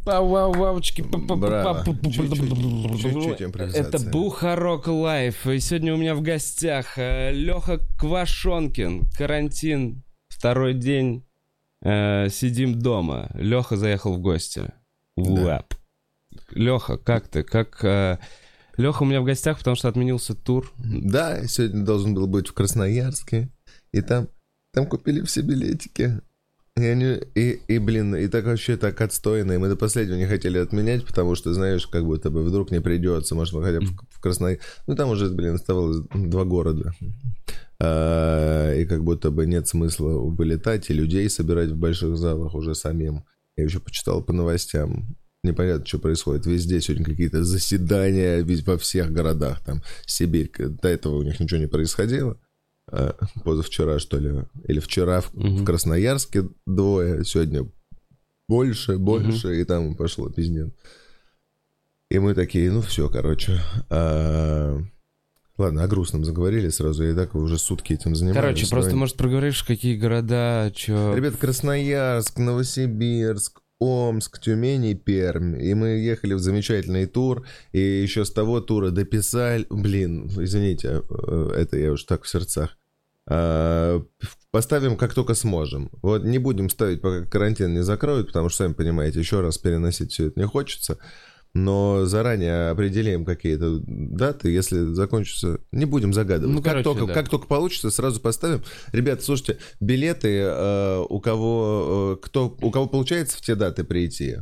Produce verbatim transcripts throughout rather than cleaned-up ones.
Вау-вау-ваучки. Браво. Чуть-чуть импровизация. Это Бухарок Лайф. И сегодня у меня в гостях Леха Квашонкин. Карантин. Второй день. Э, сидим дома. Леха заехал в гости. Уап. Да. Леха, как ты? Как... Э... Леха у меня в гостях, потому что отменился тур. Да, сегодня должен был быть в Красноярске. И там, там купили все билетики. И, они, и, и, блин, и так вообще так отстойно. И мы до последнего не хотели отменять, потому что, знаешь, как будто бы вдруг не придется. Может, мы хотя бы в, в Красноярск... Ну, там уже, блин, оставалось два города. А, и как будто бы нет смысла вылетать и людей собирать в больших залах уже самим. Я еще почитал по новостям. Непонятно, что происходит. Везде сегодня какие-то заседания во всех городах. Там Сибирь. До этого у них ничего не происходило. А, позавчера, что ли, или вчера в, угу. в Красноярске двое. Сегодня больше, больше. Угу. И там пошло пиздец. И мы такие, ну все, короче. А... Ладно, о грустном заговорили сразу. Я и так уже сутки этим занимаюсь. Короче, просто, давай... может, проговоришь, какие города, что... Ребят, Красноярск, Новосибирск, Омск, Тюмень и Пермь. И мы ехали в замечательный тур. И еще с того тура дописали... Блин, извините, это я уж так в сердцах. Поставим, как только сможем. Вот не будем ставить, пока карантин не закроют, потому что, сами понимаете, еще раз переносить все это не хочется. Но заранее определим какие-то даты, если закончится... Не будем загадывать. Ну, как, короче, только, да. как только получится, сразу поставим. Ребята, слушайте, билеты э, у кого... Э, кто, у кого получается в те даты прийти,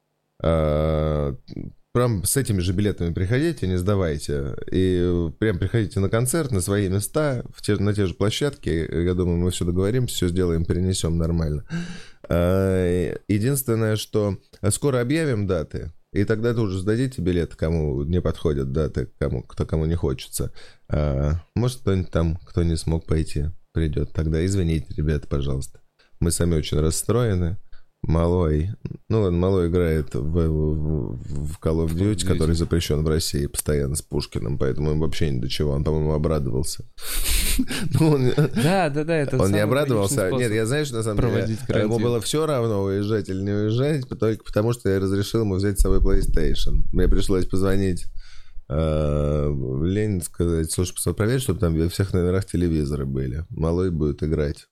э, прям с этими же билетами приходите, не сдавайте. И прям приходите на концерт, на свои места, в те, на те же площадки. Я думаю, мы все договоримся, все сделаем, перенесем нормально. Э, единственное, что скоро объявим даты. И тогда тоже сдадите билет, кому не подходят даты, кому, кто кому не хочется. А, может, кто-нибудь там, кто не смог пойти, придет. Тогда извините, ребята, пожалуйста. Мы сами очень расстроены. Малой, ну ладно, Малой играет в, в, в Call of Duty, который запрещен в России постоянно с Пушкиным, поэтому им вообще ни до чего. Он, по-моему, обрадовался. Да, да, да, это он не обрадовался. Нет, я знаю, что на самом деле ему было все равно, уезжать или не уезжать, только потому что я разрешил ему взять с собой PlayStation. Мне пришлось позвонить в Ленин, сказать: слушай, проверь, чтобы там во всех номерах телевизоры были. Малой будет играть.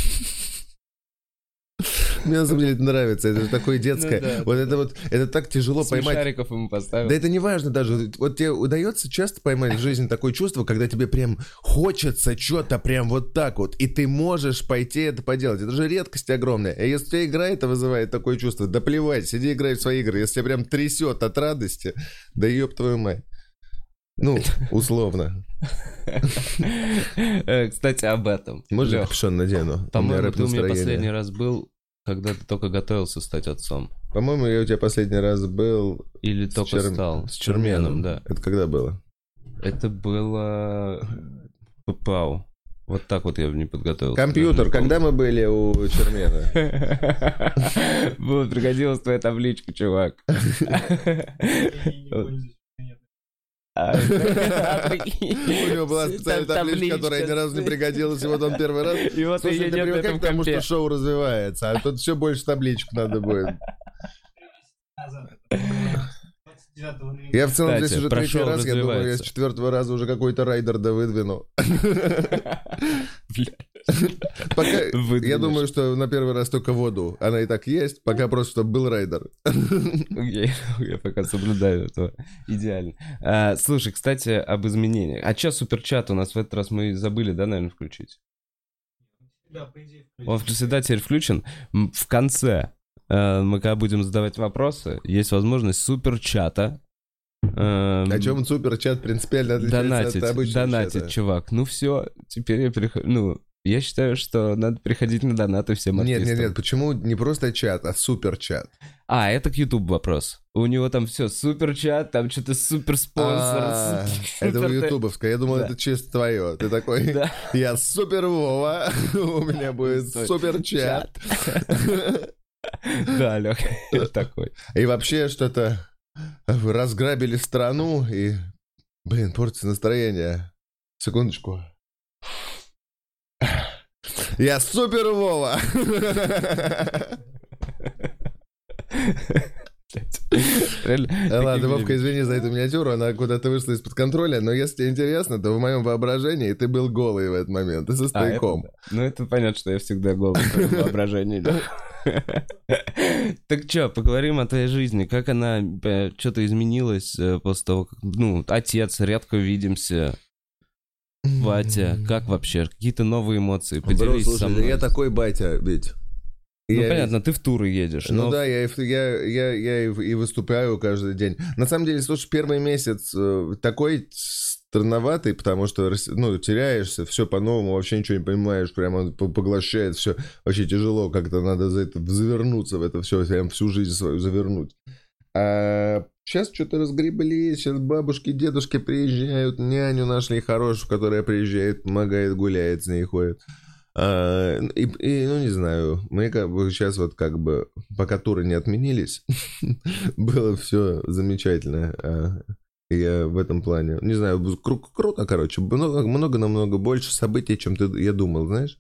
Мне на самом деле это нравится, это же такое детское. Ну, да, вот да, это да. вот, это так тяжело поймать. Смешариков ему поставил. Да это не важно даже. Вот тебе удается часто поймать в жизни такое чувство, когда тебе прям хочется что-то прям вот так вот, и ты можешь пойти это поделать. Это же редкость огромная. И если у тебя игра это вызывает такое чувство, да плевать, сиди играй в свои игры. Если тебя прям трясет от радости, да ёб твою мать. Ну, условно. Кстати, об этом. Можно я капюшон надену? По-моему, ты у меня последний раз был... Когда ты только готовился стать отцом. По-моему, я у тебя последний раз был... Или только чер... стал. С Черменом, да. Это когда было? Это было... Пау. Вот так вот я не подготовился. Компьютер, когда мы были у Чермена? Вот, пригодилась твоя табличка, чувак. У него была специальная табличка, которая ни разу не пригодилась, и вот он первый раз. И вот Слушай, ты привыкай к тому, что шоу развивается, а тут все больше табличек надо будет. Я в целом здесь уже третий раз, я думаю, я с четвертого раза уже какой-то райдер да выдвину. Пока, я думаю, что на первый раз только воду. Она и так есть, пока просто, чтобы был райдер. Okay, я пока соблюдаю это. Идеально. А, слушай, кстати, об изменениях. А что суперчат у нас в этот раз мы забыли, да, наверное, включить? Да, по идее включен. Он всегда теперь включен. В конце э, мы когда будем задавать вопросы, есть возможность суперчата. Эм, О чем суперчат принципиально отличается донатить, от обычного донатить, чата? чувак. Ну все, теперь я перехожу... Ну, я считаю, что надо приходить на донаты всем артистам. Нет, нет, нет, почему не просто чат, а суперчат? А, это к YouTube вопрос. У него там все, суперчат, там что-то суперспонсор. Это у ютубовское, я думал, это чисто твое. Ты такой, я супер Вова, у меня будет суперчат. Да, Лёх, я такой. И вообще что-то разграбили страну, и, блин, портится настроение. Секундочку. Я супер Вова! Ладно, Вовка, извини за эту миниатюру, она куда-то вышла из-под контроля, но если тебе интересно, то в моем воображении ты был голый в этот момент, ты со стояком. Ну, это понятно, что я всегда голый в твоем воображении. Так что, поговорим о твоей жизни. Как она, что-то изменилась после того, как, ну, отец, редко видимся. Батя, как вообще? Какие-то новые эмоции? Поделись Слушай, со мной. я такой батя, ведь. Ну, я понятно, ведь... ты в туры едешь. Ну но... да, я, я, я, я и выступаю каждый день. На самом деле, слушай, первый месяц такой странноватый, потому что, ну, теряешься, все по-новому, вообще ничего не понимаешь, прямо поглощает все. Вообще тяжело, как-то надо за это завернуться в это все, прям всю жизнь свою завернуть. А сейчас что-то разгребли, сейчас бабушки, дедушки приезжают, няню нашли хорошую, которая приезжает, помогает, гуляет, с ней ходит. А, и, и, ну, не знаю, мы как бы сейчас вот как бы, пока туры не отменились, было все замечательно. Я в этом плане, не знаю, кру- круто, короче, много-намного больше событий, чем ты, я думал, знаешь?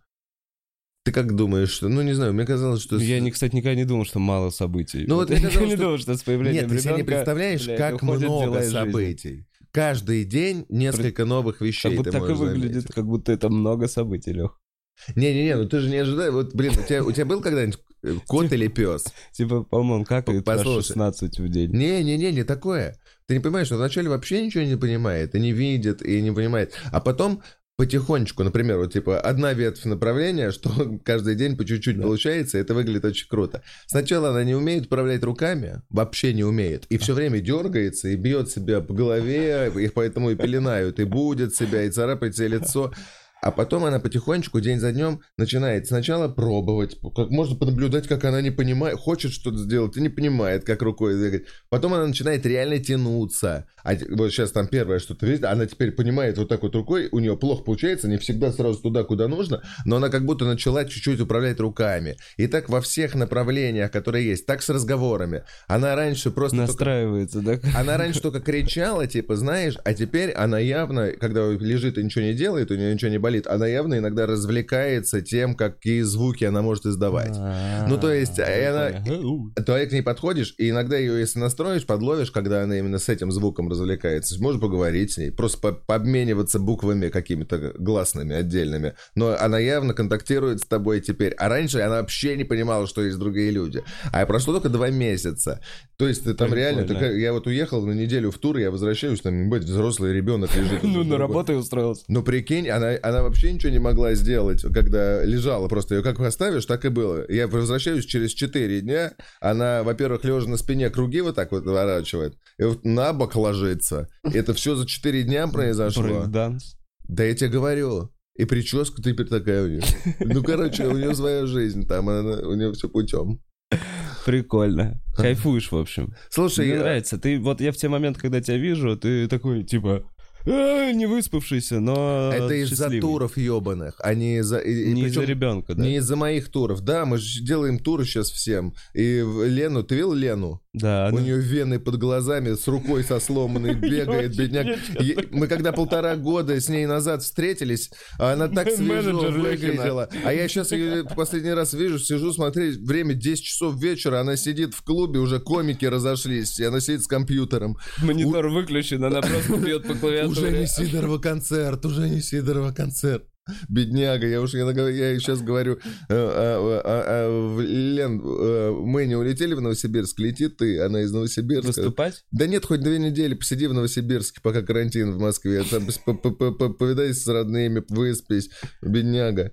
Ты как думаешь, что... Ну, не знаю, мне казалось, что... Я, не, кстати, никогда не думал, что мало событий. Ну, вот мне казалось, я не что... думал, что с появлением Нет, ты себе не представляешь, блядь, как много событий. Каждый день несколько новых вещей. Так вот так и выглядит, заметить. Как будто это много событий, Лех. Не-не-не, ну ты же не ожидаешь. Вот, блин, у тебя, у тебя был когда-нибудь кот или пес? Типа, по-моему, как это Послушай. шестнадцать в день. Не-не-не, не такое. Ты не понимаешь, что вначале вообще ничего не понимает, и не видит, и не понимает. А потом... Потихонечку, например, вот типа одна ветвь направления, что каждый день по чуть-чуть да. получается, это выглядит очень круто. Сначала она не умеет управлять руками, вообще не умеет, и все время дергается и бьет себя по голове, их поэтому и пеленают, и будет себя, и царапает себе лицо. А потом она потихонечку, день за днем, начинает сначала пробовать, как можно понаблюдать, как она не понимает, хочет что-то сделать и не понимает, как рукой двигать. Потом она начинает реально тянуться. А вот сейчас там первое что-то видит, она теперь понимает вот так вот рукой, у нее плохо получается, не всегда сразу туда, куда нужно, но она как будто начала чуть-чуть управлять руками. И так во всех направлениях, которые есть, так с разговорами. Она раньше просто... Настраивается, только... да? Она раньше только кричала, типа, знаешь, а теперь она явно, когда лежит и ничего не делает, у нее ничего не болит, она явно иногда развлекается тем, какие звуки она может издавать. Ну, то есть, она... Ты к ней подходишь, и иногда ее, если настроишь, подловишь, когда она именно с этим звуком развлекается, можешь поговорить с ней, просто по пообмениваться буквами какими-то гласными, отдельными. Но она явно контактирует с тобой теперь. А раньше она вообще не понимала, что есть другие люди. А прошло только два месяца. То есть, ты там Прикольно. реально... Ты, я вот уехал на неделю в тур, я возвращаюсь, там, быть, взрослый ребенок лежит. Ну, на работу и устроился. Ну, прикинь, она, она вообще ничего не могла сделать, когда лежала. Просто ее как оставишь, так и было. Я возвращаюсь через четыре дня. Она, во-первых, лежа на спине круги вот так вот наворачивает. И вот на бок ложится. Это все за четыре дня произошло. Брейк-данс. Да я тебе говорю. И прическа теперь такая у нее. Ну, короче, у нее своя жизнь. Там она, у нее все путем. Прикольно. Кайфуешь, в общем. Слушай, мне я... нравится. Ты вот я в те моменты, когда тебя вижу, ты такой, типа... А, не выспавшийся, но это из-за туров ебаных, а не из-за... И, не из-за ребенка, да? Не из-за моих туров. Да, мы же делаем туры сейчас всем. И Лену, ты видел Лену? Да. У она... нее вены под глазами, с рукой со сломанной, бегает, бедняк. Мы когда полтора года с ней назад встретились, она так свежо выглядела. А я сейчас ее последний раз вижу, сижу смотреть, время десять часов вечера, она сидит в клубе, уже комики разошлись, и она сидит с компьютером. Монитор выключен, она просто бьет по клавиатуре. Уже не Сидорова концерт, уже не Сидорова концерт. Бедняга, я уж я, я сейчас говорю, а, а, а, а, Лен, мы не улетели в Новосибирск, лети ты, она из Новосибирска. Выступать? Да нет, хоть две недели посиди в Новосибирске, пока карантин в Москве, там повидайся с родными, выспись, бедняга.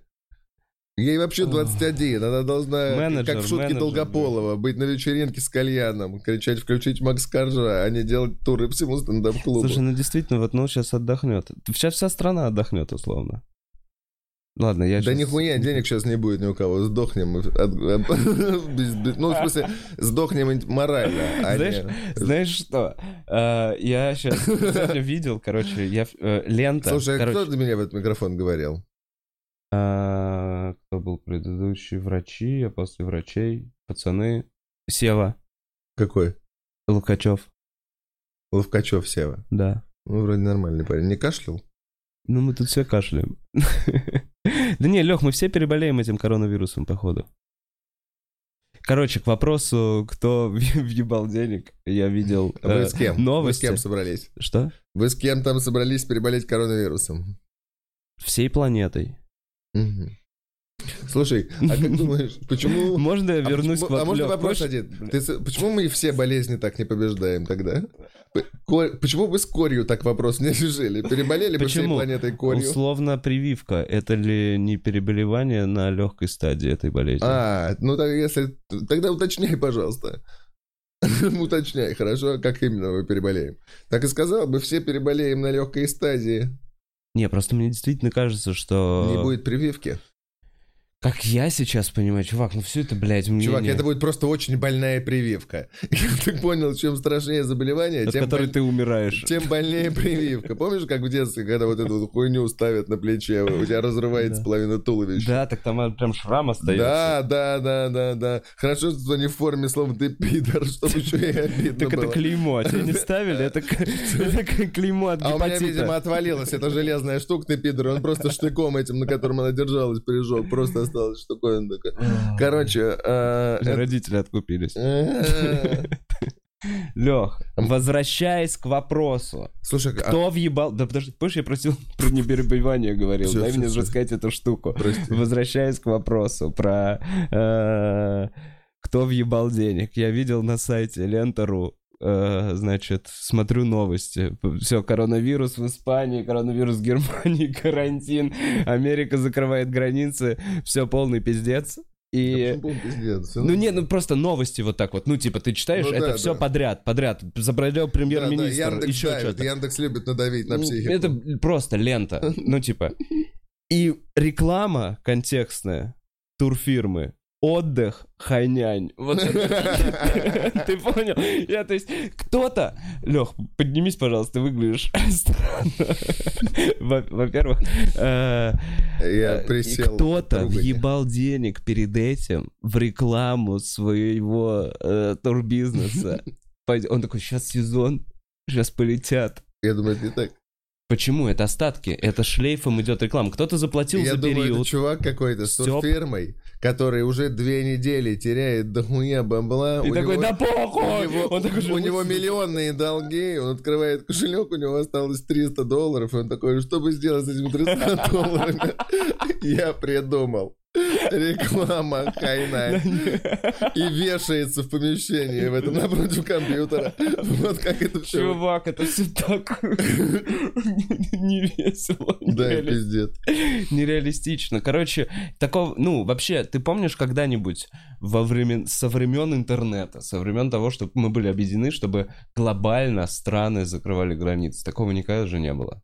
Ей вообще двадцать один, она должна, менеджер, как в шутке менеджер, Долгополова, быть на вечеринке с кальяном, кричать «включить Макс Коржа», а не делать туры всему стендап-клубу. Слушай, ну действительно, вот ну сейчас отдохнет. Сейчас вся страна отдохнет, условно. Ладно, я Да сейчас... нихуя, денег сейчас не будет ни у кого, сдохнем. Ну, в смысле, сдохнем морально. Знаешь, знаешь что? Я сейчас видел, короче, я лента... Слушай, а кто до меня в этот микрофон говорил? А, кто был предыдущий? Врачи, а после врачей пацаны. Сева. Какой? Лукачев. Лукачев Сева. Да. Ну, вроде нормальный парень. Не кашлял? Ну, мы тут все кашляем. Да не, Лех, мы все переболеем этим коронавирусом, походу. Короче, к вопросу, кто въебал денег, я видел А вы э, с кем? новости. Вы с кем собрались? Что? Вы с кем там собрались переболеть коронавирусом? Всей планетой. Мгм. Слушай, а как думаешь, почему... Можно я А вернусь почему- к вопросу? А можно вопрос один? Ты с- почему мы все болезни так не побеждаем тогда? П- ко- Почему вы с корью так вопрос не решили? Переболели бы всей Почему? планетой корью? Условно прививка. Это ли не переболевание на легкой стадии этой болезни? А, ну так если... Тогда уточняй, пожалуйста. Уточняй, хорошо, как именно мы переболеем. Так и сказал, мы все переболеем на легкой стадии. Не, просто мне действительно кажется, что... Не будет прививки. Как я сейчас понимаю, чувак, ну все это, блядь, мнение... Чувак, это будет просто очень больная прививка. Я так понял, чем страшнее заболевание, от тем, которой боль- ты умираешь. тем больнее прививка. Помнишь, как в детстве, когда вот эту вот хуйню ставят на плече, у тебя разрывается Да. половина туловища? Да, так там прям шрам остается. Да, да, да, да, да. Хорошо, что они в форме слова «ты пидор», чтобы еще и обидно Так это было. клеймо, а тебе не ставили? Это к- это клеймо от А у меня, видимо, гепатита. отвалилась эта железная штука, ты пидор. Он просто штыком этим, на котором она держалась, прижег. Просто осталась штукой. Он такой. Короче, а, это- Родители откупились. Э, Лех, возвращаясь к вопросу. Слушай, а- Кто въебал... Да подожди, помнишь, я просил про неперебивание говорил. Всё, Дай всё, мне всё. рассказать эту штуку. Прости. Возвращаясь к вопросу про... э, Кто въебал денег. Я видел на сайте Лента.ру, э, значит, смотрю новости. Все, коронавирус в Испании, коронавирус в Германии, карантин, Америка закрывает границы, все полный пиздец. И... Да почему пиздец? Ну не, ну просто новости вот так вот. Ну типа ты читаешь, Ну это да, все да. подряд, подряд. Заболел Да, да, премьер-министр, Яндекс еще давит, что-то. Яндекс любит надавить на психику. Это просто лента. Ну типа. И реклама контекстная турфирмы. Отдых, хайнянь. Вот это. Ты понял? Я, то есть, кто-то... Лех, поднимись, пожалуйста, ты выглядишь странно. Во- Во-первых, э, Я э, присел. кто-то трубой. въебал денег перед этим в рекламу своего э, турбизнеса. Пойд- Он такой, сейчас сезон, сейчас полетят. Я думаю, это не так. Почему? Это остатки. Это шлейфом идет реклама. Кто-то заплатил Я за думаю, это период. чувак какой-то с Стёп. турфирмой, который уже две недели теряет дохуя бабла. И У такой, него- да похуй! У него, Он такой же, у него «Вот, миллионные долги, он открывает кошелек, у него осталось триста долларов, и он такой, что бы сделать с этими тремястами долларами? Я придумал. Реклама Хайнай. И вешается в помещении в этом напротив компьютера. Вот как это все. Чувак, это все так не весело. Да, и нереали- пиздец. Нереалистично. Короче, такого, ну, вообще, ты помнишь когда-нибудь во времен, со времен интернета, со времен того, что мы были объединены, чтобы глобально страны закрывали границы? Такого никогда же не было.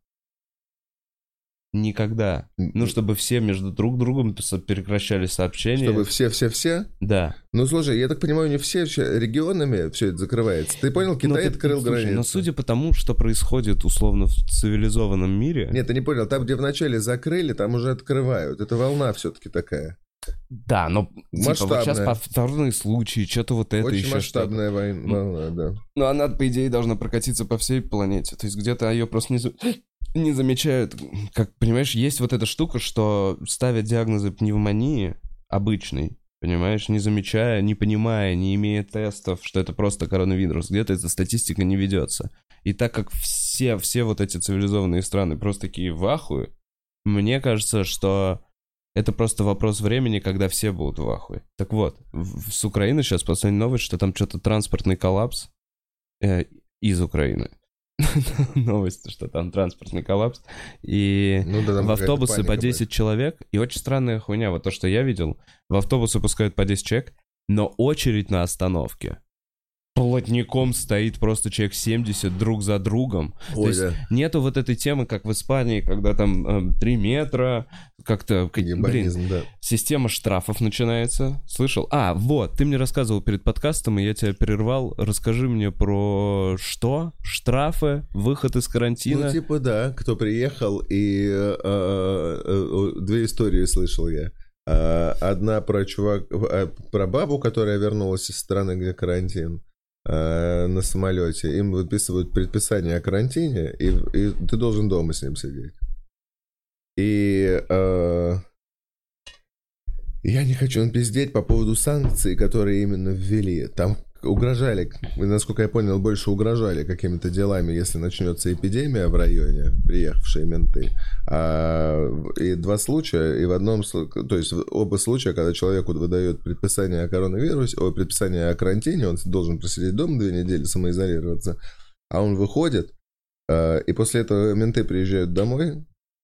Никогда. Ну, чтобы все между друг другом пис- прекращали сообщения. Чтобы все-все-все. Да. Ну, слушай, я так понимаю, не все еще регионами все это закрывается. Ты понял, Но Китай ты- открыл слушай, границу. но судя по тому, что происходит условно в цивилизованном мире... Нет, ты не понял, там, где вначале закрыли, там уже открывают. Это волна все-таки такая. Да, но типа, вот Масштабная. сейчас повторные случаи, что-то вот это Очень еще масштабная война, волна, да. Но она, по идее, должна прокатиться по всей планете. То есть где-то ее просто не, за- не замечают. Как, понимаешь, есть вот эта штука, что ставят диагнозы пневмонии обычной, понимаешь, не замечая, не понимая, не имея тестов, что это просто коронавирус. Где-то эта статистика не ведется. И так как все, все вот эти цивилизованные страны просто такие в ахуе, мне кажется, что это просто вопрос времени, когда все будут в ахуе. Так вот, в- с Украины сейчас последняя новость, что там что-то транспортный коллапс э, из Украины. Новость, что там транспортный коллапс. И Ну, да, там в какая-то автобусы паника по будет. десять человек. И очень странная хуйня, вот то, что я видел. В автобусы пускают по десять человек, но очередь на остановке плотником стоит просто человек семьдесят друг за другом. То Ой, есть да. нету вот этой темы, как в Испании, когда там три метра, как-то, как- блин, Ебанизм, да. система штрафов начинается. Слышал? А, вот, ты мне рассказывал перед подкастом, и я тебя прервал. Расскажи мне про что? Штрафы, выход из карантина. Ну, типа, да, кто приехал, и э, э, э, две истории слышал я. А, Одна про чувак, э, про бабу, которая вернулась из страны, где карантин, э, на самолете. Им выписывают предписание о карантине, и, и ты должен дома с ним сидеть. И, э, Я не хочу пиздеть по поводу санкций, которые именно ввели. Там угрожали, насколько я понял, больше угрожали какими-то делами, если начнется эпидемия в районе, приехавшие менты. А, и два случая, и в одном случае, то есть оба случая, когда человеку выдают предписание о коронавирусе, о, предписание о карантине, он должен просидеть дома две недели, самоизолироваться, а он выходит, и после этого менты приезжают домой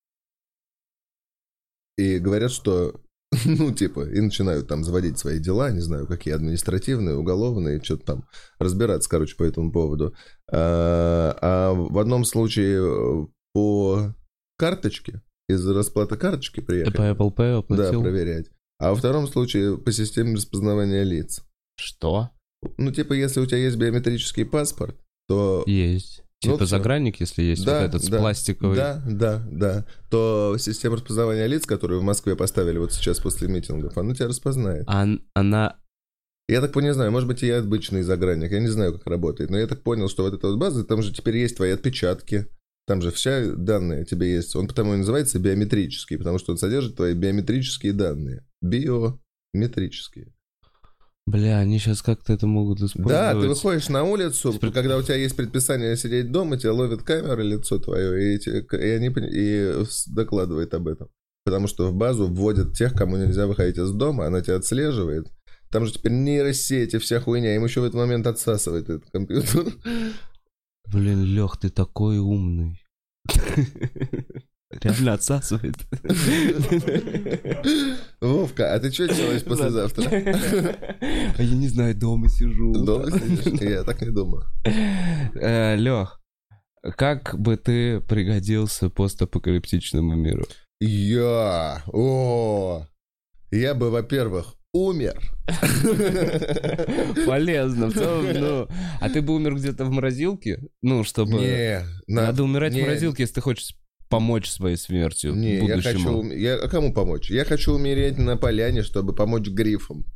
и говорят, что ну, типа, и начинают там заводить свои дела, не знаю, какие административные, уголовные, что-то там разбираться, короче, по этому поводу. А, а в одном случае по карточке, из расплаты карточки приехали. Ты по Apple Pay оплатил? Да, проверять. А во втором случае по системе распознавания лиц. Что? Ну, типа, если у тебя есть биометрический паспорт, то... Есть. Типа ну, загранник, если есть, да, вот этот да, с пластиковой. Да, да, да. То система распознавания лиц, которую в Москве поставили вот сейчас после митингов, она тебя распознает. А, она... Я так не знаю, может быть, и я обычный загранник, я не знаю, как работает, но я так понял, что вот эта вот база, там же теперь есть твои отпечатки, там же все данные тебе есть. Он потому и называется биометрический, потому что он содержит твои биометрические данные. Биометрические. Бля, они сейчас как-то это могут использовать. Да, ты выходишь на улицу, когда у тебя есть предписание сидеть дома, тебя ловит камера, лицо твое, и, и они и докладывают об этом. Потому что в базу вводят тех, кому нельзя выходить из дома, она тебя отслеживает. Там же теперь нейросети, вся хуйня, им еще в этот момент отсасывает этот компьютер. Блин, Лех, ты такой умный. Реально отсасывает. Вовка, а ты что делаешь послезавтра? А я не знаю, дома сижу. Дома сидишь? Я так не думаю. Лех, как бы ты пригодился постапокалиптичному миру? Я... О! Я бы, во-первых, умер. Полезно. В целом, ну... А ты бы умер где-то в морозилке? Ну, чтобы... Не. Надо умирать в морозилке, если ты хочешь помочь своей смертью не, будущему. Я хочу... Я... А кому помочь? Я хочу умереть на поляне, чтобы помочь грифам.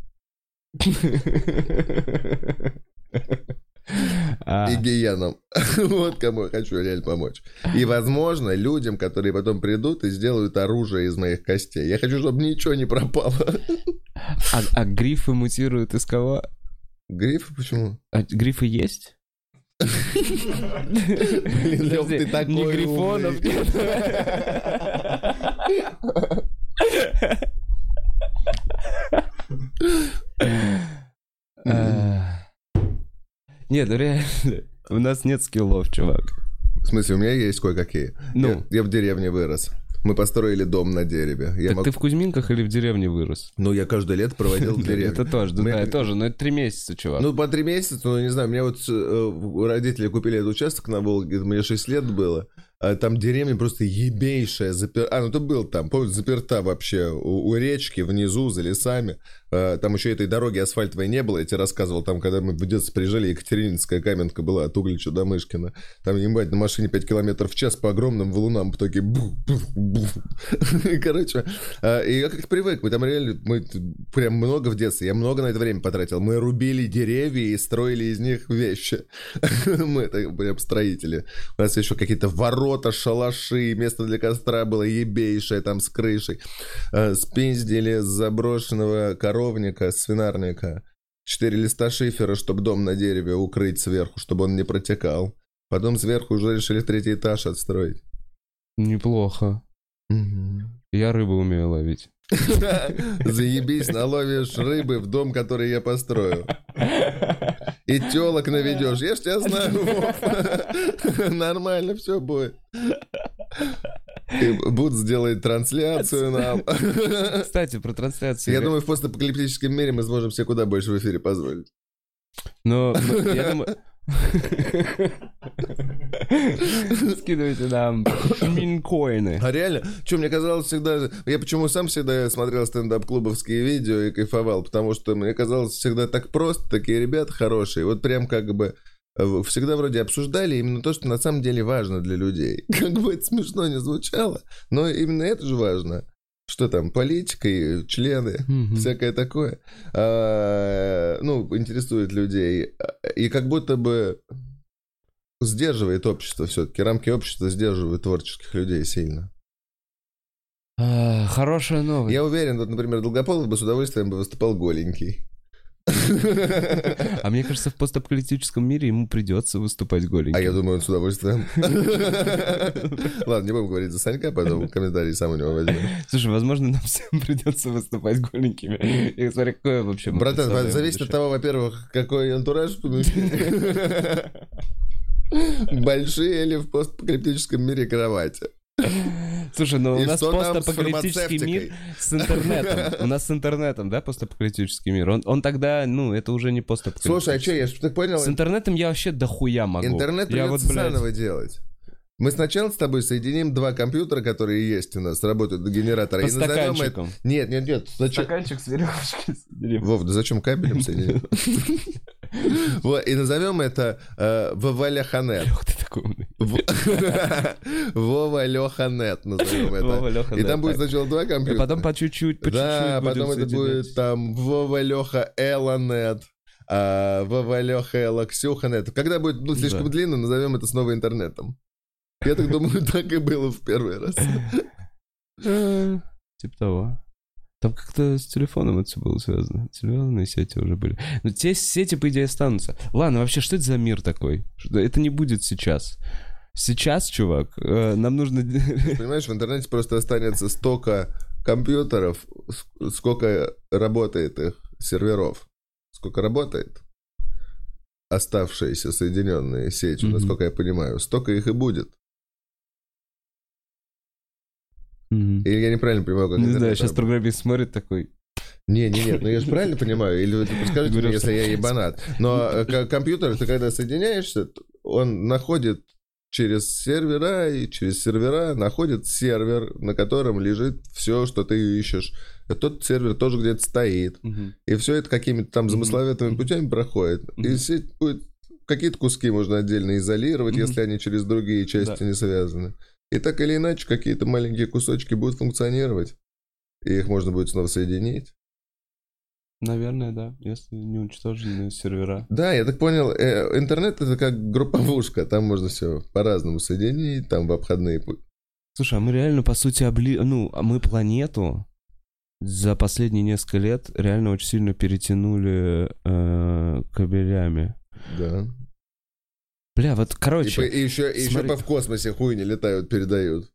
А. И гиенам. Вот кому я хочу реально помочь. И, возможно, людям, которые потом придут и сделают оружие из моих костей. Я хочу, чтобы ничего не пропало. А, а грифы мутируют из кого? Грифы почему? А грифы есть? Блин, Лёв, ты такой не грифонов. Нет, ну реально, у нас нет скиллов, чувак. В смысле, у меня есть кое-какие. Ну. Я, я в деревне вырос. Мы построили дом на дереве. Я Так мог... ты в Кузьминках или в деревне вырос? Ну, я каждое лето проводил в деревне. Это тоже, да, я тоже, но это три месяца, чувак. Ну, по три месяца, ну, не знаю, у меня вот э, родители купили этот участок на Волге, мне шесть лет было. А там деревня просто ебейшая. Запер... А, ну ты был там, помню, заперта вообще у, у речки, внизу, за лесами. А, там еще этой дороги асфальтовой не было. Я тебе рассказывал, там, когда мы в детстве приезжали, Екатерининская каменка была от Углича до Мышкина. Там, ебать, на машине пять километров в час по огромным валунам в итоге. Короче, и я как привык. Мы там реально, мы прям много в детстве. Я много на это время потратил. Мы рубили деревья и строили из них вещи. Мы это прям строители. У нас еще какие-то ворота, шалаши, место для костра было ебейшее там с крышей. Спиздили с заброшенного коровника, свинарника. Четыре листа шифера, чтобы дом на дереве укрыть сверху, чтобы он не протекал. Потом сверху уже решили третий этаж отстроить. Неплохо. Угу. Я рыбу умею ловить. Заебись, наловишь рыбы в дом, который я построю. И телок наведешь. Я ж тебя знаю, Вов. Нормально все будет. И Буд сделает трансляцию нам. Кстати, про трансляцию. Я думаю, в постапокалиптическом мире мы сможем себе куда больше в эфире позволить. Но я думаю... Скидывайте нам минкоины. А реально, что мне казалось всегда... Я почему сам всегда смотрел стендап-клубовские видео и кайфовал, потому что мне казалось всегда так просто, такие ребята хорошие. Вот прям как бы всегда вроде обсуждали именно то, что на самом деле важно для людей. Как бы это смешно не звучало, но именно это же важно. Что там, политика и члены, mm-hmm. всякое такое. А, ну, интересует людей. И как будто бы сдерживает общество все-таки. Рамки общества сдерживают творческих людей сильно. А, хорошая новость. Я уверен, вот, например, Долгополов бы с удовольствием бы выступал голенький. А мне кажется, в постапокалиптическом мире ему придется выступать голеньким. А я думаю, он с удовольствием. Ладно, не будем говорить за Санька, потом комментарий сам у него возьмем. Слушай, возможно, нам всем придется выступать голенькими. И смотри, какое вообще... мы Братан, представляем зависит от будущее. того, во-первых, какой антураж в помещении. Большие или в постапокалиптическом мире кровати. Слушай, ну у И нас что там с постапокалиптический мир фармацевтикой? с интернетом. У нас с интернетом, да, постапокалиптический мир? Он, он тогда, ну, это уже не постапокалиптический. Слушай, а что, я ж ты понял? С интернетом я вообще дохуя могу. Интернет я придется вот, блядь, заново делать. Мы сначала с тобой соединим два компьютера, которые есть у нас, работают до генератора. По и назовем это... стаканчикам. Нет, нет, нет. Зачем? Стаканчик с веревочкой соединим. Вов, да зачем кабелем соединим? Вот, и назовем это э, Вова-Леха-нет. Лёх, ты такой умный. Вова-Леха-нет назовем это. Вова-Лёха-нет, И там будет так. сначала два И компьютера. потом по чуть-чуть, по Да, чуть-чуть потом будем это будет соединять. там Вова-Леха-Элла-нет. А Вова-Леха-Элла-Ксюха-нет. Когда будет ну, слишком Да. длинно, назовем это снова интернетом. Я так думаю, так и было в первый раз. Э, Типа того. Там как-то с телефоном это все было связано. Телефонные сети уже были. Но те сети, по идее, останутся. Ладно, вообще, что это за мир такой? Что- Это не будет сейчас. Сейчас, чувак, э, нам нужно... Понимаешь, в интернете просто останется столько компьютеров, ск- сколько работает их серверов. Сколько работает оставшиеся соединенные сетью, Мгм. насколько я понимаю, столько их и будет. Мгм. Или я неправильно понимаю, как Не интернет знаю, сейчас работает? программист смотрит такой... Не, не, нет, ну я же правильно понимаю, или вы подскажете Говорю, мне, если что- я ебанат. Но э, к- компьютер, ты когда соединяешься, т- он находит через сервера, и через сервера находит сервер, на котором лежит все, что ты ищешь. И тот сервер тоже где-то стоит. Мгм. И все это какими-то там Мгм. замысловатыми Мгм. путями проходит. И Мгм. сеть будет... Какие-то куски можно отдельно изолировать, Мгм. если они через другие части Да. не связаны. И так или иначе, какие-то маленькие кусочки будут функционировать. И их можно будет снова соединить. Наверное, да, если не уничтожены сервера. Да, я так понял, э, интернет это как групповушка, там можно все по-разному соединить, там в обходные пути. Слушай, а мы реально, по сути, обли... Ну, а мы планету за последние несколько лет реально очень сильно перетянули э, кабелями. Да. Бля, вот, И, короче... по- и еще, и еще смотри. по в космосе хуйни летают, передают.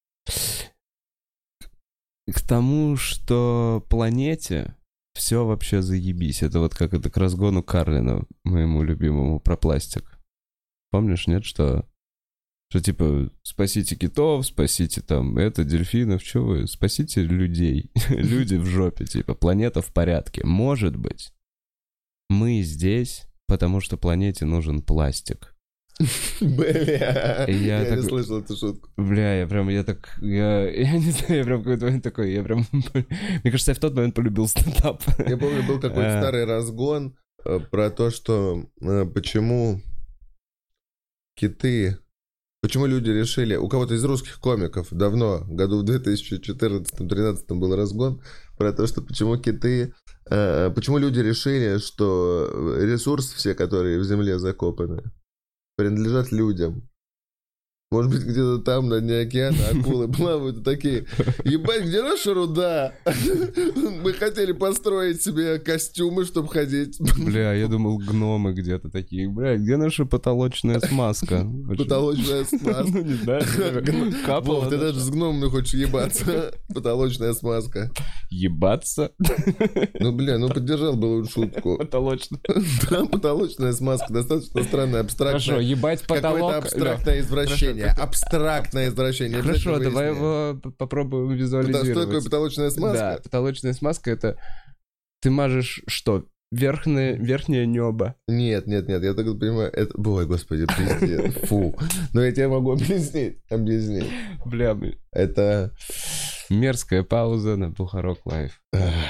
К тому, что планете все вообще заебись. Это вот как это к разгону Карлина, моему любимому, про пластик. Помнишь, нет, что... Что типа, спасите китов, спасите там это, дельфинов, что вы, спасите людей. Люди в жопе, типа, планета в порядке. Может быть, мы здесь, потому что планете нужен пластик. Бля, И я я не такой- слышал эту шутку. Бля, я прям, я так, я, я не знаю, я прям в какой-то момент такой, я прям, мне кажется, я в тот момент полюбил стендап. Я помню, был какой-то А. старый разгон э, про то, что э, почему киты... Почему люди решили... У кого-то из русских комиков давно, году в две тысячи четырнадцатом-тринадцатом был разгон про то, что почему киты... э, почему люди решили, что ресурсы все, которые в земле закопаны, принадлежат людям. Может быть, где-то там, на дне океана, акулы плавают и такие: ебать, где наша руда? Мы хотели построить себе костюмы, чтобы ходить. Бля, я думал, гномы где-то такие. Бля, где наша потолочная смазка? Потолочная смазка. Ну, не знаю, капала. Вов, ты да. даже с гномами хочешь ебаться. Потолочная смазка. Ебаться? Ну, бля, ну поддержал бы шутку. Потолочная. Да, потолочная смазка. Достаточно странная, Хорошо, абстрактная. ебать Какое-то потолок. абстрактное извращение. Абстрактное извращение. Хорошо, Обязательно давай выясним. его п- попробуем Что визуализировать. такое потолочная Да, смазка? потолочная смазка — это ты мажешь что? Верхнее, верхнее небо. Нет, нет, нет, я так понимаю, это... Ой, господи, пиздец, фу. Но я тебе могу объяснить, объяснить. Бля, мы- Это... мерзкая пауза на Бухарок Лайф.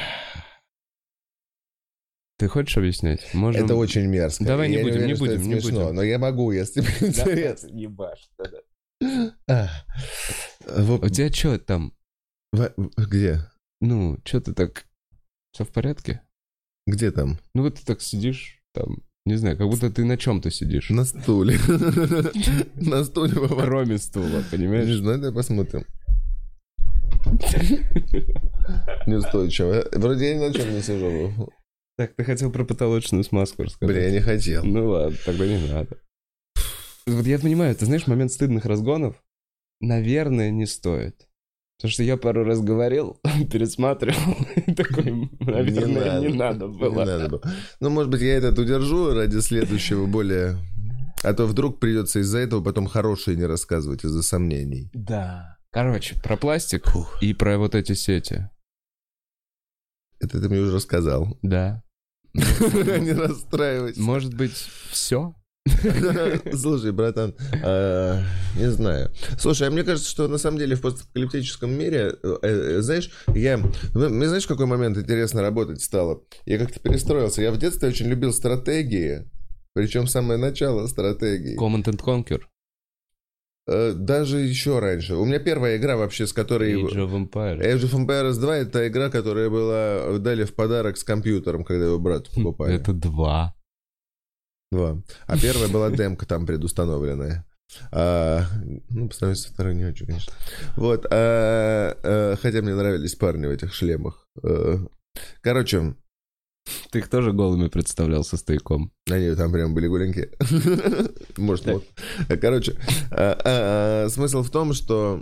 Ты хочешь объяснять? Можем... Это очень мерзко. Давай не Я будем, уверен, не что будем, это не смешно, будем. но я могу, если тебе интересно. Ебашь. Ах. Вот, У тебя что там? в- в- Где? Ну, что ты так... Все в порядке? Где там? Ну вот ты так сидишь, там, не знаю, как будто ты на чем-то сидишь. На стуле. На стуле, Вова. Кроме стула, Не понимаешь? знаю, давай посмотрим. Неустойчиво. Вроде я ни на чем не сижу. Так, ты хотел про потолочную смазку рассказать? Бля, я не хотел. Ну ладно, тогда не надо. Вот я понимаю, ты знаешь, момент стыдных разгонов, наверное, не стоит. Потому что я пару раз говорил, пересматривал, и такой, наверное, не надо было. Не надо было. Ну, может быть, я этот удержу ради следующего более... А то вдруг придется из-за этого потом хорошие не рассказывать, из-за сомнений. Да. Короче, про пластик Фух. И про вот эти сети. Это ты мне уже рассказал. Да. Не расстраивайся. Может быть, все? Слушай, братан, э, не знаю. Слушай, а мне кажется, что на самом деле в постапокалиптическом мире, э, э, знаешь, я... Мне знаешь, в какой момент интересно работать стало? Я как-то перестроился. Я в детстве очень любил стратегии, причем самое начало стратегии. Command and Conquer? Э, даже еще раньше. У меня первая игра вообще, с которой... Age of Empires. Age of Empires два — это игра, которая была... Дали в подарок с компьютером, когда его брату покупали. Это два. Два. А первая была демка там предустановленная. А, ну, по сравнению со второй не очень, конечно. Вот. А, а, хотя мне нравились парни в этих шлемах. А, короче... Ты их тоже голыми представлял со стояком? Они там прям были голенькие. Может, вот. Короче, смысл в том, что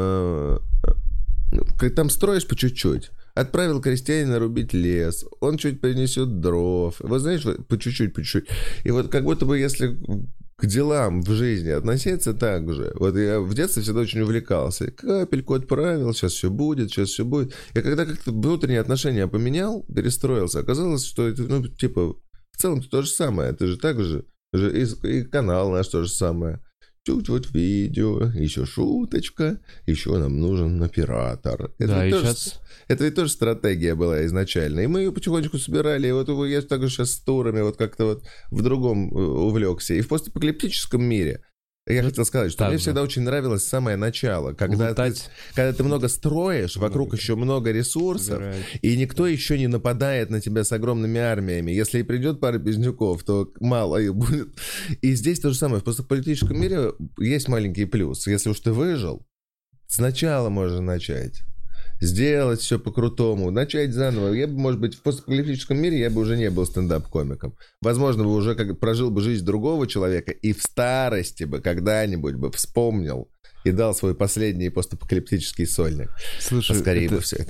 там строишь по чуть-чуть. Отправил крестьянина рубить лес, он чуть принесет дров. Вот знаешь, по чуть-чуть, по чуть-чуть. И вот как будто бы если к делам в жизни относиться так же. Вот я в детстве всегда очень увлекался. Капельку отправил, сейчас все будет, сейчас все будет. Я когда как-то внутренние отношения поменял, перестроился, оказалось, что это, ну, типа, в целом то же самое. Это же так же. И, и канал наш то же самое. Чуть вот видео, еще шуточка, еще нам нужен оператор. Это, да, ведь и тоже, сейчас... это ведь тоже стратегия была изначально. И мы ее потихонечку собирали. И вот я также сейчас с турами вот как-то вот в другом увлекся. И в постапокалиптическом мире я ну, хотел сказать, что мне же. всегда очень нравилось самое начало. Когда, ты, когда ты много строишь, вокруг много. еще много ресурсов, Собираешь. и никто еще не нападает на тебя с огромными армиями. Если и придет пара пиздюков, то мало их будет. И здесь то же самое. В постапокалиптическом мире есть маленький плюс. Если уж ты выжил, сначала можно начать. Сделать все по-крутому, начать заново. Я бы, может быть, в постапокалиптическом мире я бы уже не был стендап-комиком. Возможно, бы уже как прожил бы жизнь другого человека и в старости бы когда-нибудь бы вспомнил и дал свой последний постапокалиптический сольник. Слушай, поскорее это... бы все